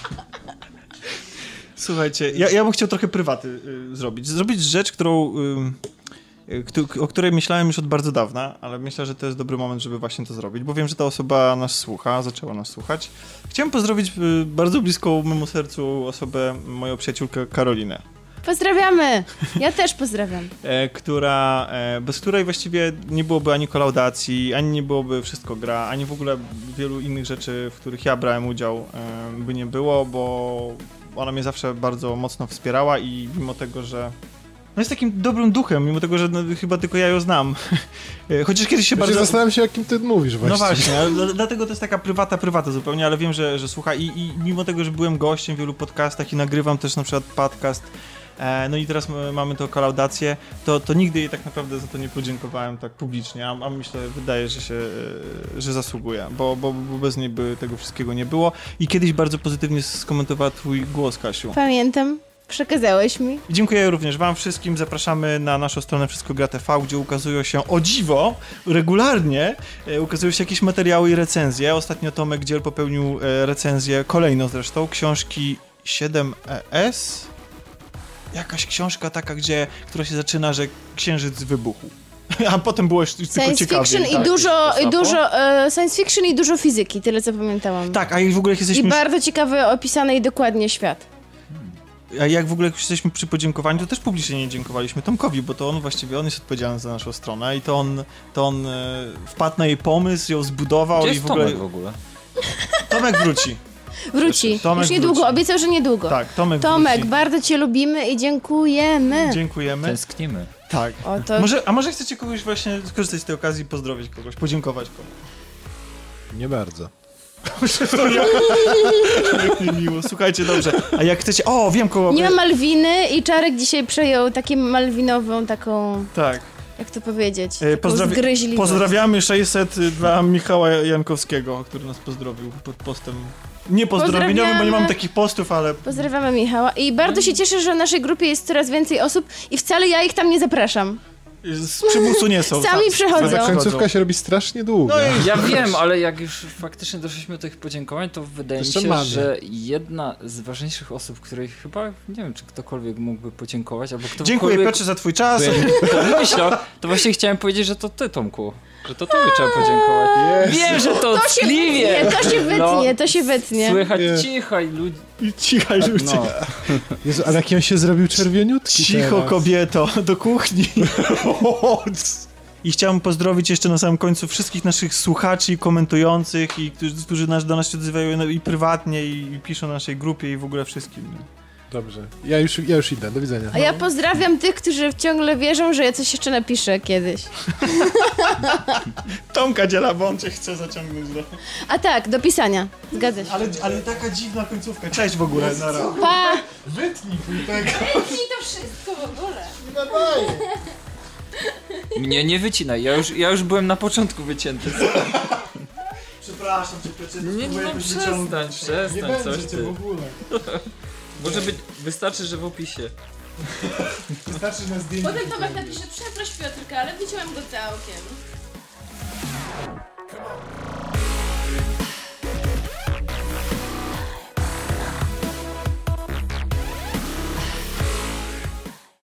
Słuchajcie, ja, ja bym chciał trochę prywaty y, zrobić. Zrobić rzecz, którą, y, y, kto, o której myślałem już od bardzo dawna, ale myślę, że to jest dobry moment, żeby właśnie to zrobić, bo wiem, że ta osoba nas słucha, zaczęła nas słuchać. Chciałem pozdrowić y, bardzo bliską memu sercu osobę, moją przyjaciółkę Karolinę. Pozdrawiamy! Ja też pozdrawiam. E, która, e, bez której właściwie nie byłoby ani kolaudacji, ani nie byłoby Wszystko gra, ani w ogóle wielu innych rzeczy, w których ja brałem udział, e, by nie było, bo ona mnie zawsze bardzo mocno wspierała i mimo tego, że no jest takim dobrym duchem, mimo tego, że no, chyba tylko ja ją znam. Chociaż kiedyś się Ja bardzo... się zastanawiam się, o kim ty mówisz właśnie. No właśnie, ale dlatego to jest taka prywata, prywata zupełnie, ale wiem, że, że słucha i, i mimo tego, że byłem gościem w wielu podcastach i nagrywam też na przykład podcast, e, no i teraz mamy tą kolaudację, to, to nigdy jej tak naprawdę za to nie podziękowałem tak publicznie, a, a myślę, wydaje, że się, że zasługuje, bo, bo, bo bez niej by tego wszystkiego nie było i kiedyś bardzo pozytywnie skomentowała twój głos, Kasiu. Pamiętam. Przekazałeś mi. I dziękuję również wam wszystkim. Zapraszamy na naszą stronę Wszystko Gra T V, gdzie ukazują się, o dziwo, regularnie e, ukazują się jakieś materiały i recenzje. Ostatnio Tomek Dziel popełnił e, recenzję, kolejną zresztą, książki siedem E S. Jakaś książka taka, gdzie, która się zaczyna, że księżyc wybuchł. A potem było już tylko Science ciekawiej. fiction Tak. i dużo, i Sapo? dużo e, science fiction i dużo fizyki, tyle co pamiętałam. Tak, a jak w ogóle jak I jesteśmy... bardzo ciekawy, opisany i dokładnie świat. A jak w ogóle jak już jesteśmy przy podziękowaniu, to też publicznie nie dziękowaliśmy Tomkowi, bo to on właściwie, on jest odpowiedzialny za naszą stronę i to on, to on e, wpadł na jej pomysł, ją zbudował Gdzie i jest w ogóle... Tomek w ogóle? Tomek wróci. Wróci. Tomek Już niedługo, wróci. obiecał, że niedługo. Tak, Tomek Tomek, wróci. bardzo cię lubimy i dziękujemy. Dziękujemy. Tęsknimy. Tak. O, to... Może, a może chcecie kogoś właśnie skorzystać z tej okazji i pozdrowić kogoś, podziękować komuś? Nie bardzo. Jak nie miło. Słuchajcie, dobrze. A jak chcecie... O, wiem kogo... Nie ma Malwiny i Czarek dzisiaj przejął taką malwinową, taką... Tak. Jak to powiedzieć? E, Taką Pozdrawi- zgryźliwość. pozdrawiamy sześćset dla Michała Jankowskiego, który nas pozdrowił pod postem niepozdrowieniowym, bo nie Pozdrawiamy. mam takich postów, ale... Pozdrawiamy Michała i bardzo się cieszę, że w naszej grupie jest coraz więcej osób i wcale ja ich tam nie zapraszam. Z przymusu nie są. Sami tak. przychodzą. Ta końcówka się robi strasznie długa. No i Ja wiem, ale jak już faktycznie doszliśmy do tych podziękowań, to wydaje mi Jeszcze się, mamy. że jedna z ważniejszych osób, której chyba, nie wiem, czy ktokolwiek mógłby podziękować, albo ktokolwiek dziękuję Piotrze za twój czas. myślał, to właśnie chciałem powiedzieć, że to ty, Tomku. Że to tobie trzeba podziękować. Jezu. Wiem, że to To się tkliwie. wytnie, to się wytnie, to się wytnie. Słychać Nie. cicha i ludzi. I cichaj ludzie. No. Jezu, ale jak on się zrobił czerwieniutki Cicho teraz. kobieto, do kuchni. I chciałem pozdrowić jeszcze na samym końcu wszystkich naszych słuchaczy i komentujących, i którzy, którzy nas, do nas się odzywają no, i prywatnie, i, i piszą na naszej grupie, i w ogóle wszystkim. Dobrze. Ja już, ja już idę. Do widzenia. A ja pozdrawiam tych, którzy ciągle wierzą, że ja coś jeszcze napiszę kiedyś. Tomka Dziela, bo on cię chce zaciągnąć do... A tak, do pisania. Zgadza się. Ale, ale taka dziwna końcówka. Cześć w ogóle. Nara. Pa! Wytnij tego. I to wszystko w ogóle. Mnie nie wycinaj, ja już, ja już byłem na początku wycięty. Przepraszam cię, Piotrze. Nie, no przestań, przestań, coś ty. ogóle. Może być, wystarczy, że w opisie. Wystarczy na zdjęciu. Potem Tomek napisze, przeproś Piotrka, ale wyciąłem go całkiem.